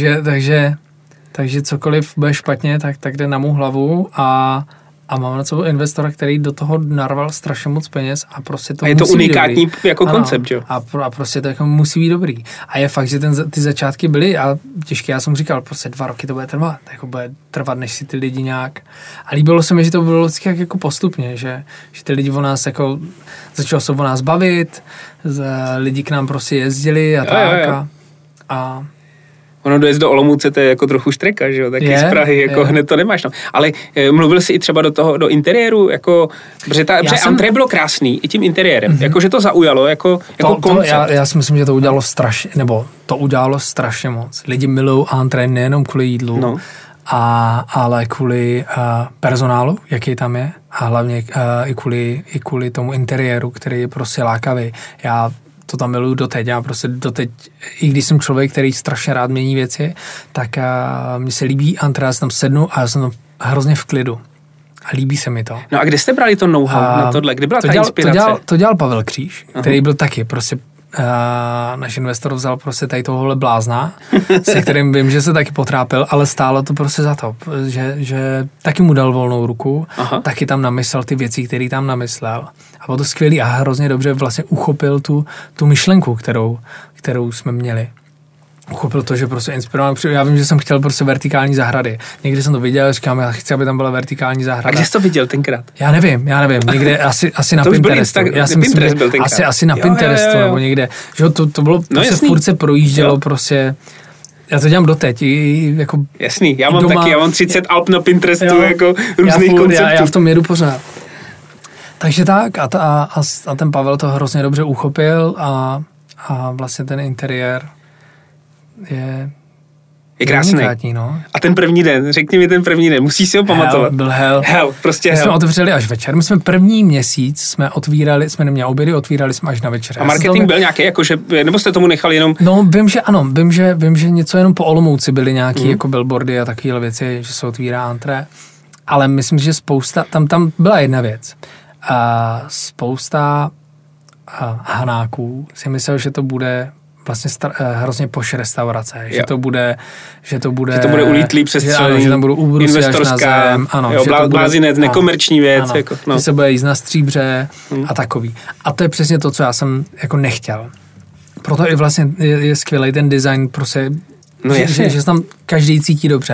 B: takže cokoliv bude špatně, tak jde na mou hlavu a mám na sebe investora, který do toho narval strašně moc peněz a prostě to musí být dobrý.
A: A je to unikátní jako koncept, jo?
B: A prostě to jako musí být dobrý. A je fakt, že ty začátky byly a těžké, já jsem říkal, prostě 2 roky to bude trvat. Jako bude trvat, než si ty lidi nějak... A líbilo se mi, že to bylo vždycky jako postupně, že ty lidi o nás jako... Začalo se o nás bavit, lidi k nám prostě jezdili a tak. A
A: ono dojezd do Olomouce, to je jako trochu štreka, že jo, taky z Prahy, jako hned to nemáš, no. Ale mluvil jsi i třeba do interiéru, jako, protože antré bylo krásný, i tím interiérem, jako, že to zaujalo, jako koncept.
B: Já si myslím, že to udělalo strašně moc. Lidi milují antré nejenom kvůli jídlu, ale kvůli personálu, jaký tam je, a hlavně i kvůli tomu interiéru, který je prostě lákavý. Já to tam miluju doteď. Já prostě doteď, i když jsem člověk, který strašně rád mění věci, tak mně se líbí antré, já jsem tam sednu a já jsem tam hrozně v klidu. A líbí se mi to.
A: No a kde jste brali to know-how na tohle? Kde byla ta inspirace?
B: To dělal Pavel Kříž, který byl taky prostě náš investor vzal prostě tady tohohle blázna, se kterým vím, že se taky potrápil, ale stálo to prostě za to, že taky mu dal volnou ruku, taky tam namyslel ty věci, které tam namyslel. A bylo to skvělý a hrozně dobře vlastně uchopil tu myšlenku, kterou jsme měli. Uchopil to, že prostě inspiroval. Já vím, že jsem chtěl prostě vertikální zahrady. Někdy jsem to viděl, říkám, já chci, aby tam byla vertikální zahrada.
A: A kde jsi to viděl tenkrát?
B: Já nevím. Někde asi na Pinterestu. Já si myslím, asi na Pinterestu nebo někde. Že to bylo, prostě furt se projíždělo prostě. Já to dělám doteď. Jako
A: jasný, já mám doma, taky, já mám 30 alp na Pinterestu, jako různých konceptů.
B: Já v tom jedu pořád. Takže tak a ten Pavel to hrozně dobře uchopil a vlastně ten interiér je
A: krásný.
B: No.
A: A ten první den, řekni mi ten první den, musíš si ho pamatovat.
B: Byl hell.
A: Prostě
B: my jsme otevřeli až večer. My jsme první měsíc jsme neměli obědy, otvírali jsme až na večer.
A: A marketing byl nějaký, jakože, nebo jste tomu nechali jenom...
B: No, vím, že ano. Vím, že něco jenom po Olomouci byly nějaký jako billboardy a takovéhle věci, že se otvírá antré. Ale myslím, že spousta, tam byla jedna věc. Spousta Hanáků si myslel, že to bude vlastně hrozně poš restaurace, že to bude
A: ulítlý přestřelení,
B: že tam budou úbrusy až na zem, ano,
A: jo, blázinec, nekomerční věc, ano, jako,
B: že se bude jíst na stříbře a takový. A to je přesně to, co já jsem jako nechtěl. Proto i vlastně je skvělý ten design, prostě, že se tam každý cítí dobře.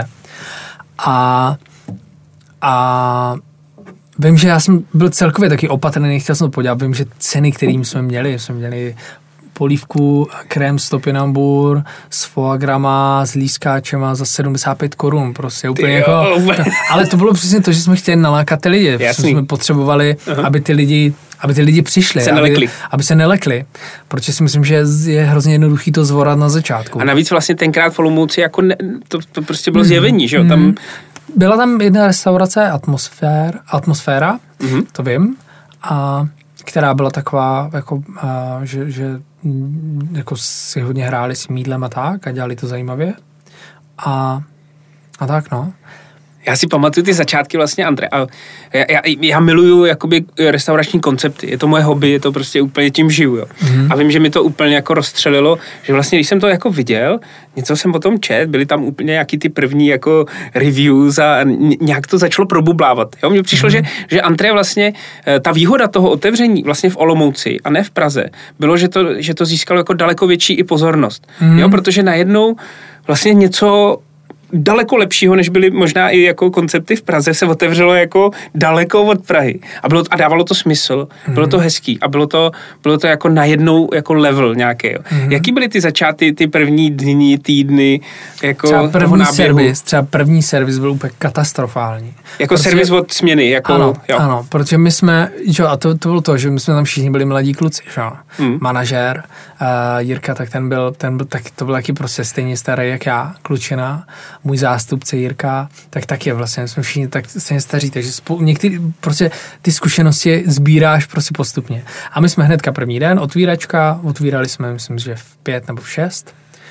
B: A vím, že já jsem byl celkově taky opatrný, nechtěl jsem to podívat, vím, že ceny, kterým jsme měli polívku, krém z topinambur, s foie grama, s lískáčema za 75 korun, prostě úplně jako... Ale to bylo přesně to, že jsme chtěli nalákat ty lidi. Jsme potřebovali, aby ty lidi přišli, aby se nelekli. Protože si myslím, že je hrozně jednoduchý to zvorat na začátku.
A: A navíc vlastně tenkrát v Olomouci jako to prostě bylo zjevení, že jo? Tam
B: byla tam jedna restaurace Atmosféra, to vím, a která byla taková, jako, že jako si hodně hráli s mídlem a tak a dělali to zajímavě. A tak, no.
A: Já si pamatuju ty začátky vlastně, Andre, a já miluju jakoby restaurační koncepty, je to moje hobby, je to prostě úplně tím žiju, jo. A vím, že mi to úplně jako rozstřelilo, že vlastně, když jsem to jako viděl, něco jsem potom čet, byly tam úplně nějaký ty první jako reviews a nějak to začalo probublávat, jo. Mně přišlo, že Andre vlastně, ta výhoda toho otevření vlastně v Olomouci a ne v Praze, bylo, že to získalo jako daleko větší i pozornost, jo, protože najednou vlastně něco daleko lepšího, než byly možná i jako koncepty v Praze, se otevřelo jako daleko od Prahy. A dávalo to smysl, bylo to hezký a bylo to jako najednou jako level nějaký. Jaký byly ty začátky, ty první dny, týdny, jako
B: třeba první servis byl úplně katastrofální.
A: Jako servis od směny, jako
B: ano, protože my jsme, a to bylo to, že my jsme tam všichni byli mladí kluci, manažér, Jirka, tak ten byl taky, to byl taky prostě stejně starý jak já, klučina, můj zástupce Jirka, tak taky vlastně, jsme všichni tak stejně staří, takže některý prostě ty zkušenosti sbíráš prostě postupně. A my jsme hnedka první den, otvírali jsme, myslím, že v 5 nebo v 6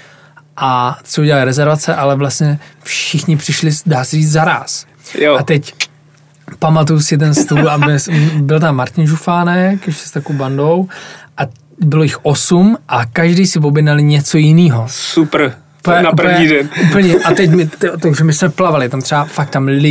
B: a co udělali rezervace, ale vlastně všichni přišli, dá se říct, zaráz.
A: Jo.
B: A teď pamatuju si ten stůl a byl tam Martin Žufánek, ještě s takovou bandou a bylo jich 8 a každý si objednali něco jiného.
A: Super. Na první den.
B: Úplně. A teď takže my jsme plavali, tam třeba fakt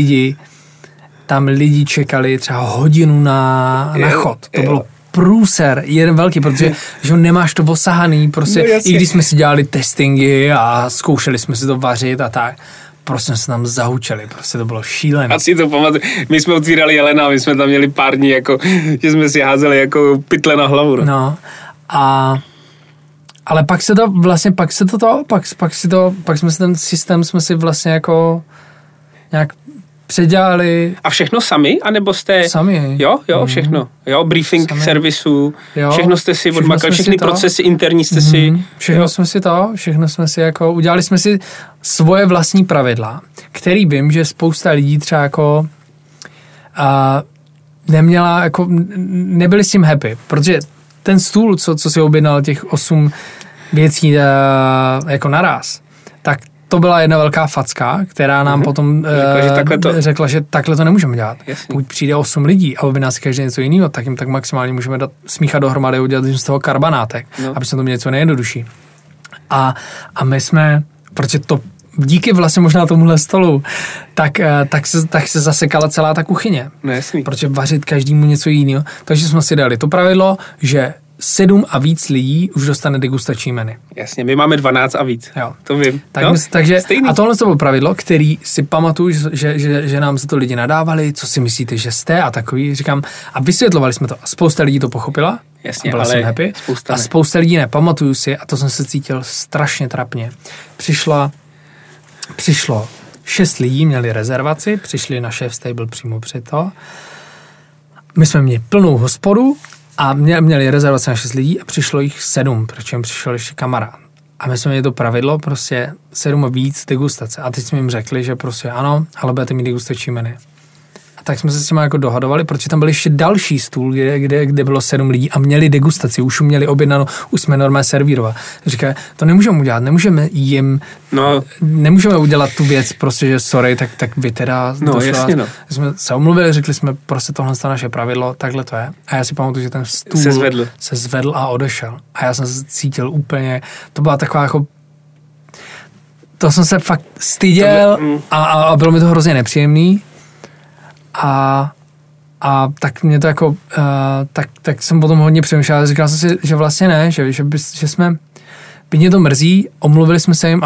B: tam lidi čekali třeba hodinu na chod. To bylo průser, jeden velký, protože že nemáš to osahaný, prostě i když jsme si dělali testingy a zkoušeli jsme si to vařit a tak, prostě jsme se tam zahučeli, prostě to bylo šílené.
A: Asi to pamatuju, my jsme otvírali Jelena, my jsme tam měli pár dní, jako, že jsme si házeli jako pytle na hlavu.
B: No ale pak jsme si ten systém jsme jako nějak předělali.
A: A všechno sami? A nebo jste...
B: Sami.
A: Jo, všechno. Jo, briefing sami. Servisu, všechno jste si odmakali, všechny procesy interní jste si...
B: Všechno jsme si jako, udělali jsme si svoje vlastní pravidla, který vím, že spousta lidí třeba jako neměla, jako nebyli s tím happy, protože ten stůl, co si objednal těch 8 věcí jako naraz, tak to byla jedna velká facka, která nám potom řekla, že takhle to nemůžeme dělat.
A: Jasně.
B: Pokud přijde 8 lidí a objedná si každý něco jiného, tak jim tak maximálně můžeme smíchat dohromady a udělat z toho karbanátek, aby jsme to měli něco nejjednodušší. A my jsme, protože to díky vlastně možná tomuhle stolu, tak se zasekala celá ta kuchyně.
A: No jasný.
B: Protože vařit každému něco jiného. Takže jsme si dali to pravidlo, že 7 a víc lidí už dostane degustační menu.
A: Jasně, my máme 12 a víc.
B: Jo.
A: To vím.
B: Takže a tohle to bylo pravidlo, který si pamatuju, že nám se to lidi nadávali, co si myslíte, že jste a takový. Říkám, a vysvětlovali jsme to. Spousta lidí to pochopila.
A: Jasně,
B: byla jsem happy. Spousta lidí ne. Pamatuju si, a to jsem se cítil strašně trapně. Přišlo 6 lidí, měli rezervaci, přišli na chef stable přímo před to. My jsme měli plnou hospodu a měli rezervaci na 6 lidí a přišlo jich 7, protože jim přišel ještě kamarád. A my jsme měli to pravidlo, prostě 7 a víc degustace. A teď jsme jim řekli, že prostě ano, ale budete mít degustační menu. A tak jsme se s těma jako dohadovali, protože tam byl ještě další stůl, kde bylo 7 lidí a měli degustaci, už měli objednanou, už jsme normálně servírovat. Říkají, to nemůžeme udělat, nemůžeme udělat tu věc, prostě, že sorry, tak vy teda jsme se omluvili, řekli jsme, prostě tohle je naše pravidlo, takhle to je. A já si pamatuju, že ten stůl se zvedl a odešel. A já jsem se cítil úplně, to byla taková jako, to jsem se fakt styděl a bylo mi to hrozně nepříjemný. A tak mě to jako, tak jsem potom hodně přemýšlel a říkal jsem si, že vlastně ne, že jsme, byť mě to mrzí, omluvili jsme se jim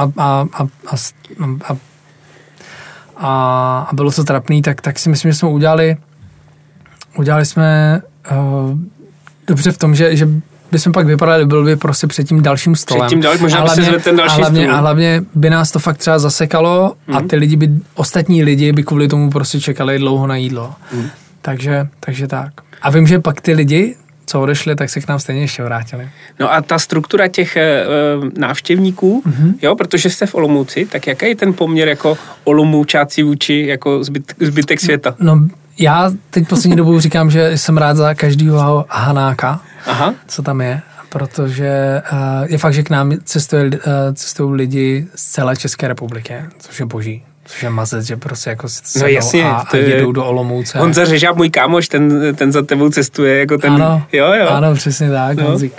B: a bylo to trapný, tak si myslím, že jsme udělali jsme dobře v tom, že bychom pak vypadali, byl by prostě před tím dalším stolem.
A: Možná by se zvedl ten další stůl.
B: A hlavně by nás to fakt třeba zasekalo a ty ostatní lidi by kvůli tomu prostě čekali dlouho na jídlo. Takže tak. A vím, že pak ty lidi, co odešli, tak se k nám stejně ještě vrátili.
A: No a ta struktura těch návštěvníků, jo, protože jste v Olomouci, tak jaký je ten poměr jako Olomoučáci vůči jako zbytek světa?
B: No, já teď poslední dobou říkám, že jsem rád za každýho Hanáka, co tam je, protože je fakt, že k nám cestují lidi z celé České republiky, což je boží. Což je mazec, že prostě jako
A: no jasně,
B: a jedou do Olomouce.
A: Honza Řežáb, můj kámoš, ten za tebou cestuje, jako ten...
B: Ano,
A: jo.
B: Ano, přesně tak, no. Honzik.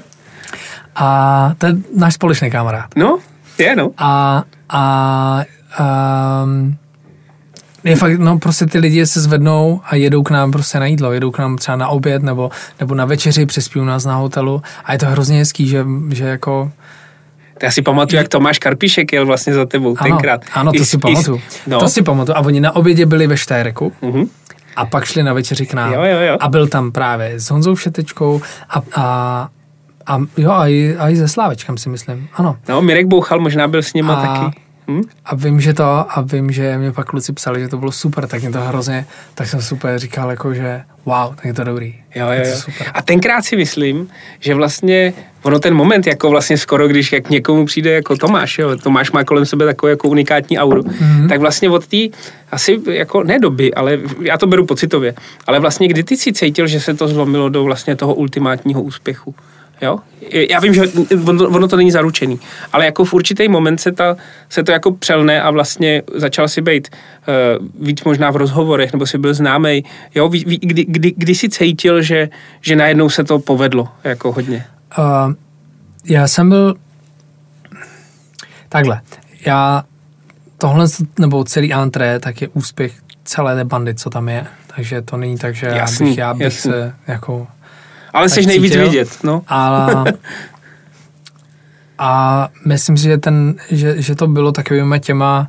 B: A to je náš společný kamarád.
A: No, je, no.
B: Je fakt, no prostě ty lidi se zvednou a jedou k nám prostě na jídlo, jedou k nám třeba na oběd nebo na večeři, přespí nás na hotelu a je to hrozně hezký, že jako...
A: Já si pamatuju, jak Tomáš Karpíšek jel vlastně za tebou tenkrát.
B: Ano, to si pamatuju. No. To si pamatuju. A oni na obědě byli ve Štejreku a pak šli na večeři k nám.
A: Jo.
B: A byl tam právě s Honzou Všetečkou a i se Slávečkem si myslím. Ano.
A: No, Mirek Bouchal možná byl s nima taky.
B: A vím, že mě pak kluci psali, že to bylo super, tak mě to hrozně, tak jsem super říkal, jako, že wow, tak je to dobrý.
A: Jo. A tenkrát si myslím, že vlastně ono ten moment, jako vlastně skoro, když jak někomu přijde jako Tomáš, jo, Tomáš má kolem sebe takovou jako unikátní auru, tak vlastně od té asi jako ne doby, ale já to beru pocitově, ale vlastně kdy ty si cítil, že se to zlomilo do vlastně toho ultimátního úspěchu? Jo? Já vím, že ono to není zaručený, ale jako v určitý moment se to jako přelne a vlastně začal si být víc možná v rozhovorech, nebo si byl známej. Jo? Kdy si cítil, že najednou se to povedlo jako hodně?
B: Já jsem byl takhle. Tohle, nebo celý antré, tak je úspěch celé té bandy, co tam je. Takže to není tak, že já bych se jako...
A: Ale jsi nejvíc vidět, no.
B: A myslím si, že to bylo takovými těma,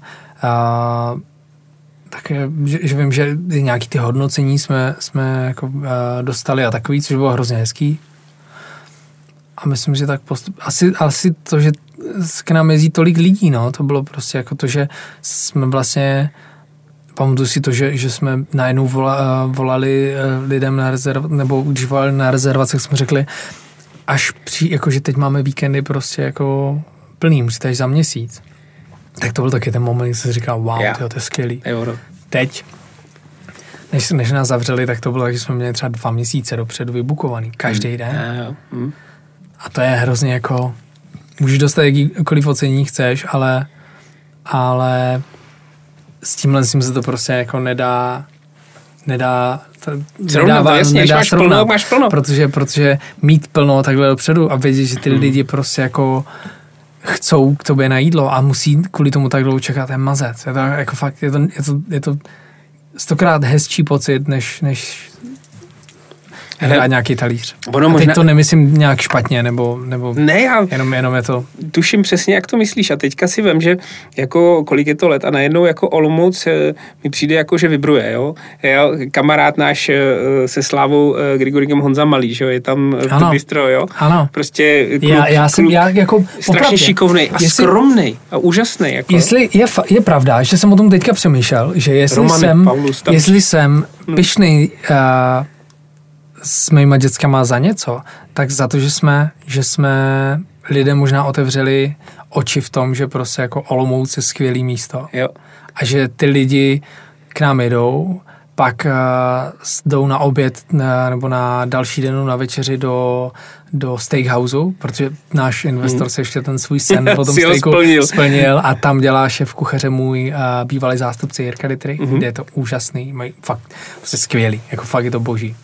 B: že vím, že nějaký ty hodnocení jsme jako, dostali a takový, což bylo hrozně hezký. A myslím, že tak asi to, že k nám jezdí tolik lidí, no, to bylo prostě jako to, že jsme vlastně... Pamatuju si to, že jsme najednou volali lidem na nebo když volali na rezervace, jsme řekli, jakože teď máme víkendy prostě jako plný, musíte až za měsíc. Tak to byl taky ten moment, kdy jsem říkal, wow, to je skvělý. Teď, než nás zavřeli, tak to bylo tak, že jsme měli třeba 2 měsíce dopředu vybukovaný, každý den. A to je hrozně jako, můžeš dostat jakýkoliv ocenění chceš, ale s tímhle se to prostě jako nedá
A: srovnat, máš plno.
B: Protože mít plno takhle dopředu a vědět, že ty lidi prostě jako chcou k tobě na jídlo a musí kvůli tomu tak dlouho čekat, je mazec. Je to jako fakt, je to 100krát hezčí pocit, než hrát nějaký talíř. A teď to nemyslím nějak špatně, nebo
A: ne,
B: jenom je to...
A: Tuším přesně, jak to myslíš a teďka si vem, že jako kolik je to let a najednou jako Olomouc mi přijde jako, že vibruje, jo. Kamarád náš se Slávou Grigorigem Honza Malý, že jo, je tam v tom bistro, jo.
B: Ano.
A: Prostě
B: kluk já jako
A: strašně šikovnej a skromnej a úžasnej. Jako.
B: Jestli je pravda, že jsem o tom teďka přemýšlel, že jestli jsem pyšnej s mýma dětskama za něco, tak za to, že jsme lidem možná otevřeli oči v tom, že prostě jako Olomouc je skvělý místo.
A: Jo.
B: A že ty lidi k nám jedou, pak jdou na oběd nebo na další den na večeři do steakhouseu, protože náš investor se ještě ten svůj sen po tom steaku splnil a tam dělá šéf kuchaře můj bývalý zástupce Jirka Ditry, kde je to úžasný, mají fakt prostě skvělý, jako fakt je to boží.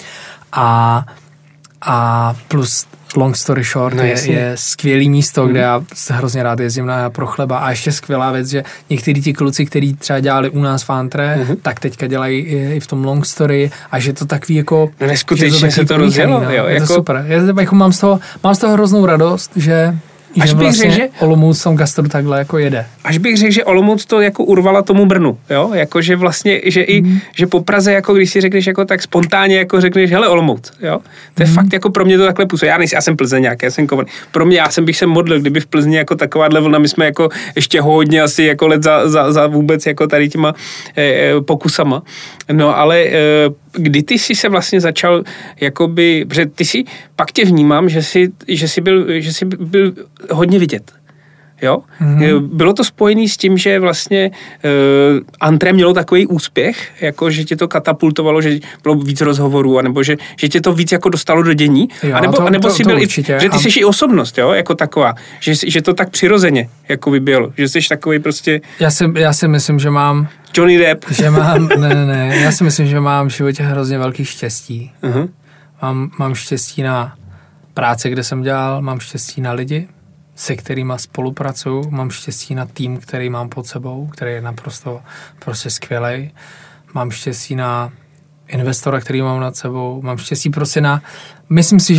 B: A plus long story short je skvělý místo, kde já hrozně rád jezdím pro chleba. A ještě skvělá věc, že některý ti kluci, kteří třeba dělali u nás v Antre, tak teďka dělají i v tom long story a že to takový jako...
A: No neskutečně se to rozjelo.
B: Je to super. Jako mám z toho hroznou radost, že že vlastně Olomouc tam gastro takhle jako jede.
A: Až bych řekl, že Olomouc to jako urvala tomu Brnu, jo, jako že vlastně, že i, že po Praze, jako když si řekneš jako tak spontánně, jako řekneš, hele Olomouc, jo, to je fakt jako pro mě to takhle působí, já jsem Plzeňák, já jsem Kovaný, pro mě, bych se modlil, kdyby v Plzni jako takováhle vlna, my jsme jako ještě hodně asi jako let za vůbec jako tady těma pokusama, no ale kdy ty jsi se vlastně začal, jakoby, protože ty si, pak tě vnímám, že jsi byl hodně vidět. Jo? Bylo to spojené s tím, že vlastně antré mělo takový úspěch, jako že tě to katapultovalo, že bylo víc rozhovorů, anebo že tě to víc jako dostalo do dění,
B: jo,
A: anebo si byl
B: určitě,
A: že ty jsi i osobnost, jo? Jako taková, že to tak přirozeně jako bylo, že jsi takový prostě...
B: Já si myslím, že mám...
A: Johnny Depp.
B: Že mám, ne, já si myslím, že mám v životě hrozně velký štěstí. Mám štěstí na práci, kde jsem dělal, mám štěstí na lidi, se kterýma spolupracuju, mám štěstí na tým, který mám pod sebou, který je naprosto prostě skvělej. Mám štěstí na investora, který mám nad sebou, mám štěstí prostě na... Myslím si,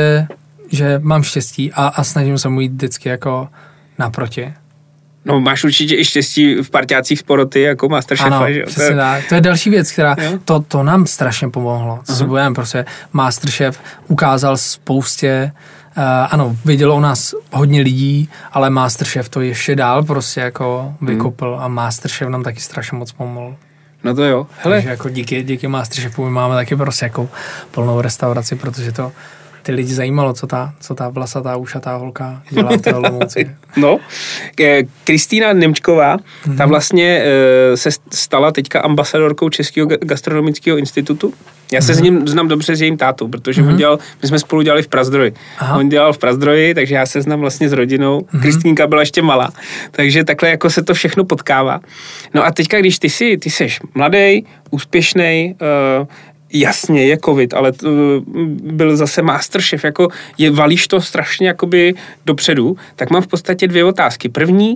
B: že mám štěstí a snažím se mu jít vždycky jako naproti.
A: No máš určitě i štěstí v parťácích z poroty, jako Masterchefa,
B: ano,
A: že jo?
B: Přesně tak. To je další věc, která, to nám strašně pomohlo. Co si budeme, prostě Masterchef ukázal spoustě, ano, vidělo o nás hodně lidí, ale Masterchef to ještě dál prostě jako vykopl a Masterchef nám taky strašně moc pomohl.
A: No to jo. Hele.
B: Takže jako díky Masterchefu my máme taky prostě jako plnou restauraci, protože to ty lidi zajímalo, co ta vlasatá, ušatá holka dělá v té Olomouci.
A: No, Kristýna Němčková, ta vlastně se stala teďka ambasadorkou Českého gastronomického institutu. Já se s ním znám dobře s jejím tátou, protože on dělal, my jsme spolu dělali v Prazdroji. On dělal v Prazdroji, takže já se znám vlastně s rodinou. Kristýnka byla ještě malá, takže takhle jako se to všechno potkává. No a teďka, když ty seš mladý, úspěšnej, jasně, je covid, ale byl zase Masterchef, jako valíš to strašně jakoby dopředu, tak mám v podstatě dvě otázky. První,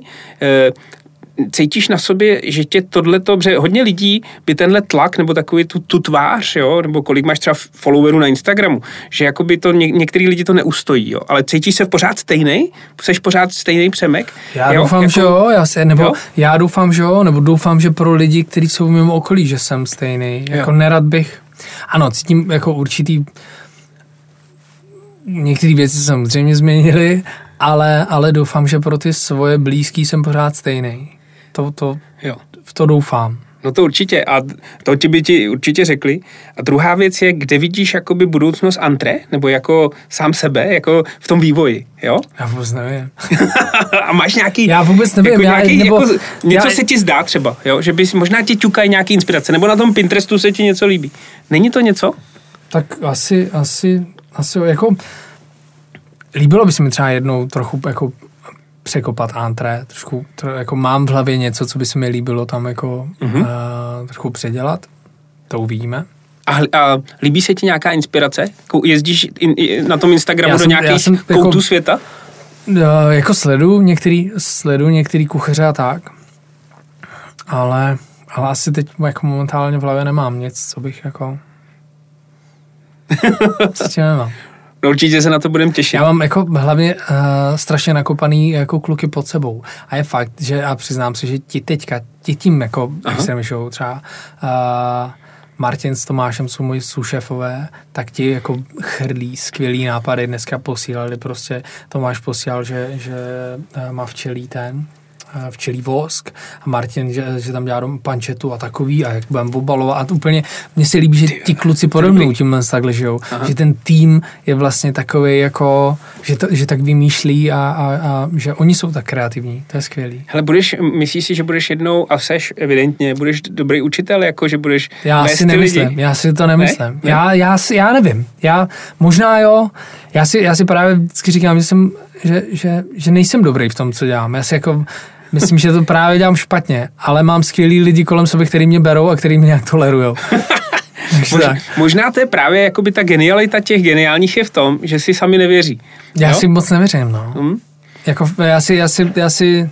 A: cítíš na sobě, že tě tohleto, protože hodně lidí by tenhle tlak, nebo takový tu tvář, jo, nebo kolik máš třeba followerů na Instagramu, že jakoby to některý lidi to neustojí, jo, ale cítíš se pořád stejnej? Jseš pořád stejný Přemek?
B: Já doufám, že jo, já doufám, že jo, nebo doufám, že pro lidi, kteří jsou mimo okolí, že jsem stejný, jako nerad bych. Ano, cítím jako určitý, některé věci se samozřejmě změnily, ale doufám, že pro ty svoje blízký jsem pořád stejný. V to doufám.
A: No to určitě a to by ti určitě řekli. A druhá věc je, kde vidíš jakoby budoucnost antré, nebo jako sám sebe, jako v tom vývoji, jo?
B: Já vůbec nevím.
A: A máš nějaký...
B: Já vůbec nevím.
A: Něco se ti zdá třeba, jo? Že bys možná ti ťukají nějaký inspirace, nebo na tom Pinterestu se ti něco líbí. Není to něco?
B: Tak asi jako... Líbilo by se mi třeba jednou trochu jako překopat antré, trošku jako mám v hlavě něco, co by se mi líbilo tam jako trošku předělat. To uvidíme.
A: A líbí se ti nějaká inspirace? Jezdíš na tom Instagramu do nějakých koutů jako, světa?
B: Jako sleduju některý kuchaře a tak. Ale asi teď jako momentálně v hlavě nemám nic, co bych jako... Co tím nemám.
A: No určitě se na to budeme těšit.
B: Já mám jako hlavně strašně nakopaný jako kluky pod sebou. A je fakt, že a přiznám se, že ti tím jako extremišou třeba Martin s Tomášem jsou moji soušéfové, tak ti jako chrlí skvělý nápady. Dneska posílali prostě, Tomáš posílal, že má včelí vosk a Martin, že tam dělá pančetu a takový a jak budeme obalovat a úplně, mně se líbí, že ti kluci podobnou tímhle takhle žijou, že ten tým je vlastně takový jako, že tak vymýšlí a že oni jsou tak kreativní, to je skvělý.
A: Hele, myslíš si, že budeš jednou a seš evidentně, budeš dobrý učitel, jako že budeš
B: já si nemyslím, lidi? Já si to nemyslím. Ne? Já nevím, možná jo, já si právě vždycky říkám, že nejsem dobrý v tom, co dělám. Já si jako myslím, že to právě dělám špatně, ale mám skvělý lidi kolem sebe, který mě berou a který mě nějak tolerujou.
A: Možná to je právě jakoby ta genialita těch geniálních je v tom, že si sami nevěří.
B: Já si moc nevěřím, no. Jako já si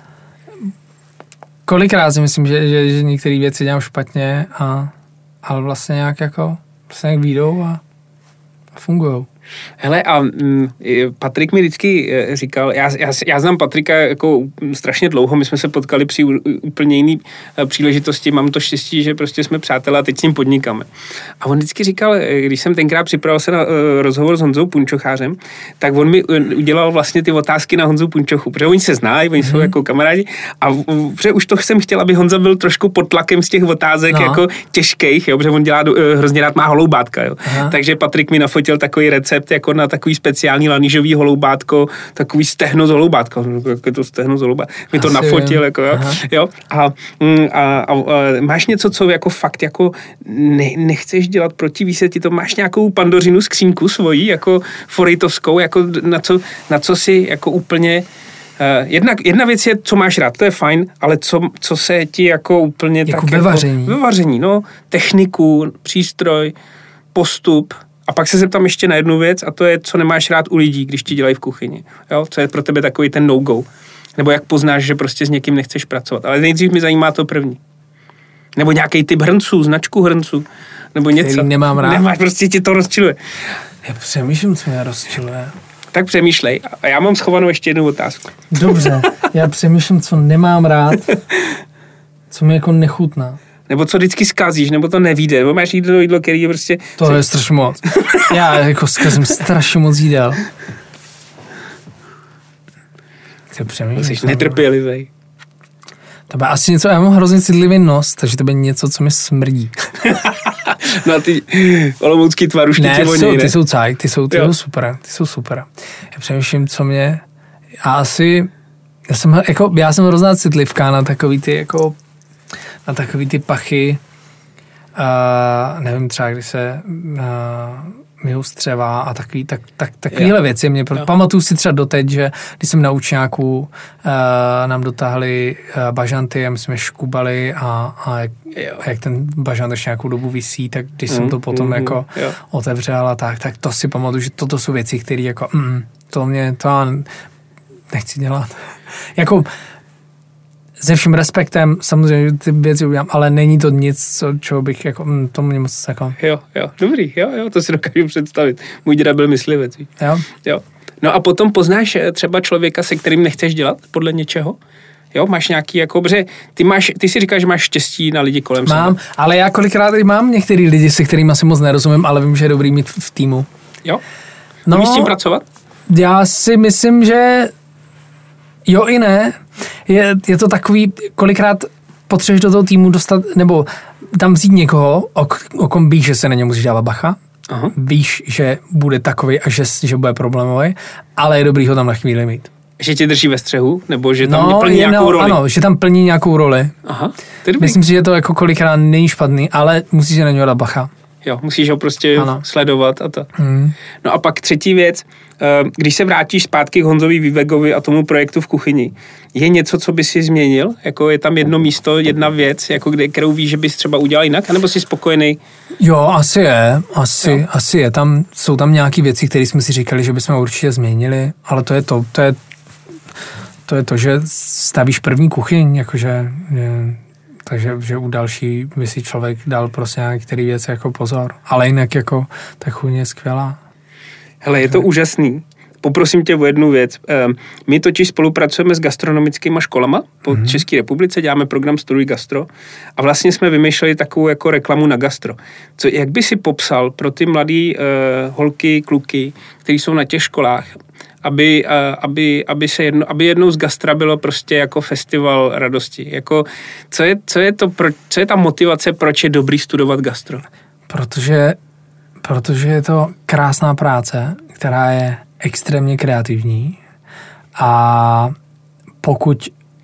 B: kolikrát si myslím, že některé věci dělám špatně ale vlastně nějak jako vlastně jak výjdou a fungujou.
A: Hele, a Patrik mi vždycky říkal, já znám Patrika jako strašně dlouho, my jsme se potkali při úplně jiný příležitosti, mám to štěstí, že prostě jsme přátelé a teď s ním podnikáme. A on vždycky říkal, když jsem tenkrát připravil se na rozhovor s Honzou Punčochářem, tak on mi udělal vlastně ty otázky na Honzu Punčochu, protože oni se znají, oni jsou jako kamarádi a protože už to jsem chtěl, aby Honza byl trošku pod tlakem z těch otázek jako těžkých, jo, protože on dělá hrozně rád má holoubátka, jo. Takže Patrik mi nafotil takový recept jako na takový speciální lanížový holoubátko, takový stehno z holoubátka, jako je to stehno z holoubátka, mi to nafotil, jako jo. A máš něco, co jako fakt jako nechceš dělat proti výsledky, to máš nějakou pandořinu skřínku svojí, jako forejtovskou, jako na co si jako úplně jedna věc je, co máš rád, to je fajn, ale co se ti jako úplně
B: jako
A: tak
B: vyvaření.
A: Jako vyvaření, no, techniku, přístroj, postup. A pak se zeptám ještě na jednu věc a to je, co nemáš rád u lidí, když ti dělají v kuchyni. Jo? Co je pro tebe takový ten no-go. Nebo jak poznáš, že prostě s někým nechceš pracovat. Ale nejdřív mi zajímá to první. Nebo nějaký typ hrnců, značku hrnců. Nebo něco.
B: Který nemám rád.
A: Nemáš, prostě ti to rozčiluje.
B: Já přemýšlím, co mě rozčiluje.
A: Tak přemýšlej. A já mám schovanou ještě jednu otázku.
B: Dobře, já přemýšlím, co nemám rád, co mi jako nechutná.
A: Nebo co vždycky zkazíš, nebo to nevíde, nebo máš jídlo, který je prostě...
B: To je strašně moc. Já jako zkazím strašně moc jídel.
A: Jsi netrpělivej.
B: To bude asi něco, já mám hrozně citlivý nos, takže to bude něco, co mi smrdí.
A: No a ty olomoucký tvarušky tě voní, ne?
B: Ty jsou cajk, ty jsou super. Já přemýšlím, co mě... A asi... Já jsem hrozná citlivka na takový ty pachy, nevím, třeba když se myjou střeva a takovýhle věci. Pamatuju si třeba doteď, že když jsem na učňáku nám dotáhli bažanty a my jsme škubali a jak ten bažant ještě nějakou dobu visí, tak když jsem to potom jako otevřel a tak to si pamatuju, že toto jsou věci, které jako to nechci dělat. Jako se vším respektem, samozřejmě ty věci udělám, ale není to nic, čeho bych jako, to mě moc jako...
A: Jo, dobrý, to si dokážu představit. Můj děda byl myslivec. Jo. No a potom poznáš třeba člověka, se kterým nechceš dělat podle něčeho? Jo, máš nějaký jako, protože ty si říkáš, že máš štěstí na lidi kolem sebe.
B: Mám, ale já kolikrát mám některý lidi, se kterými asi moc nerozumím, ale vím, že je dobrý mít v týmu.
A: Jo? Umíš s tím pracovat?
B: Já si myslím, že jo i ne. Je to takový, kolikrát potřebuješ do toho týmu dostat, nebo tam vzít někoho, o kom víš, že se na něm musíš dávat bacha. Aha. Víš, že bude takový a že bude problémový, ale je dobrý ho tam na chvíli mít. Že
A: tě drží ve střehu? Nebo že tam plní nějakou roli?
B: Ano, že tam plní nějakou roli.
A: Aha.
B: Myslím si, že to jako kolikrát není špatný, ale musíš se na něho dát bacha.
A: Jo, musíš ho prostě sledovat a to. No a pak třetí věc, když se vrátíš zpátky k Honzovi Vývegovi a tomu projektu v kuchyni, je něco, co by si změnil? Jako je tam jedno místo, jedna věc, jako kterou víš, že bys třeba udělal jinak? Anebo jsi spokojený?
B: Jo, asi je. Jsou tam nějaké věci, které jsme si říkali, že bychom určitě změnili, ale to je to, že stavíš první kuchyň, jakože... Takže u další by si člověk dal prostě některé věci jako pozor. Ale jinak jako ta chuť je skvělá.
A: Hele, je to úžasný. Poprosím tě o jednu věc. My totiž spolupracujeme s gastronomickými školama po České republice, děláme program Studuj gastro a vlastně jsme vymýšleli takovou jako reklamu na gastro. Jak by si popsal pro ty mladý holky, kluky, kteří jsou na těch školách, aby jednou z gastra bylo prostě jako festival radosti. Jako, co je ta motivace, proč je dobrý studovat gastro?
B: Protože je to krásná práce, která je extrémně kreativní a pokud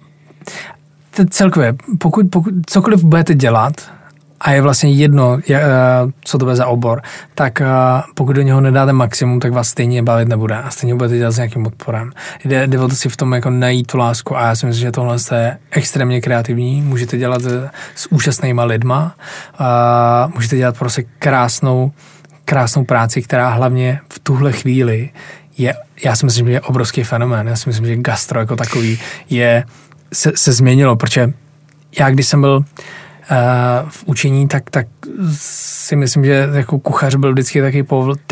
B: cokoliv budete dělat a je vlastně jedno, co to bude za obor, tak pokud do něho nedáte maximum, tak vás stejně bavit nebude a stejně budete dělat s nějakým odporem. Jde o to si v tom jako najít tu lásku a já si myslím, že tohle je extrémně kreativní, můžete dělat s úžasnýma lidma, můžete dělat prostě krásnou práci, která hlavně v tuhle chvíli já si myslím, že je obrovský fenomén. Já si myslím, že gastro jako takový se změnilo, protože já, když jsem byl v učení, tak si myslím, že jako kuchař byl vždycky taky teď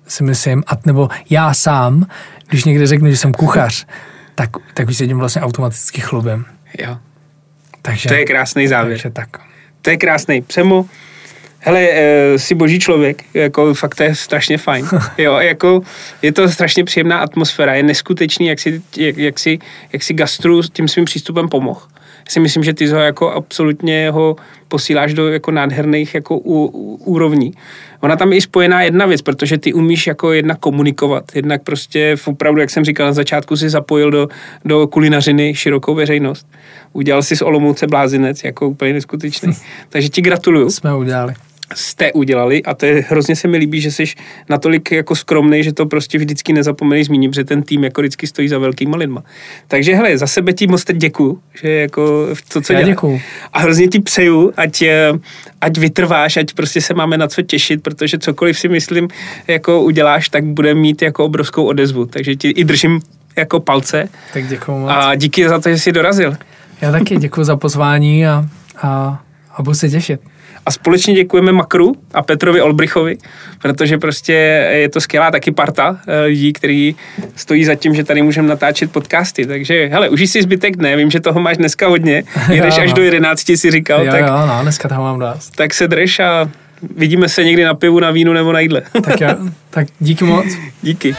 B: si myslím, nebo já sám, když někde řeknu, že jsem kuchař, tak už se tím vlastně automaticky chlubím.
A: Jo.
B: Takže,
A: to je krásný závěr.
B: Takže tak.
A: To je krásný. Přemo, hele, jsi boží člověk, jako fakt to je strašně fajn. Jo, jako je to strašně příjemná atmosféra, je neskutečný, jak si gastru s tím svým přístupem pomohl. Já si myslím, že ty ho jako absolutně ho posíláš do jako nádherných jako úrovní. Ona tam je i spojená jedna věc, protože ty umíš jako jednak komunikovat, jednak prostě opravdu, jak jsem říkal na začátku, si zapojil do kulinařiny širokou veřejnost. Udělal si z Olomouce blázinec, jako úplně neskutečný. Takže ti gratuluju. Jste udělali a to je, hrozně se mi líbí, že jsi natolik jako skromnej, že to prostě vždycky nezapomeneš zmínit, protože ten tým jako vždycky stojí za velkýma lidma. Takže hele, za sebe ti moc teď děkuju, že jako to, co děláš.
B: Děkuju.
A: A hrozně ti přeju, ať vytrváš, ať prostě se máme na co těšit, protože cokoliv si myslím, jako uděláš, tak bude mít jako obrovskou odezvu. Takže ti i držím jako palce.
B: Tak děkuju moc.
A: A díky za to, že jsi dorazil.
B: Já taky děkuju za pozvání a budu se těšit.
A: A společně děkujeme Makru a Petrovi Olbrichovi, protože prostě je to skvělá taky parta lidí, který stojí za tím, že tady můžeme natáčet podcasty. Takže hele, užij si zbytek dne, vím, že toho máš dneska hodně, jedeš až do 11, si říkal.
B: Jo, dneska toho mám dost.
A: Tak se drž a vidíme se někdy na pivu, na vínu nebo na jídle.
B: Tak díky moc.
A: Díky.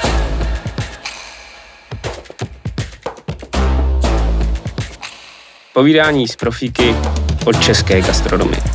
A: Povídání z profíky od české gastronomie.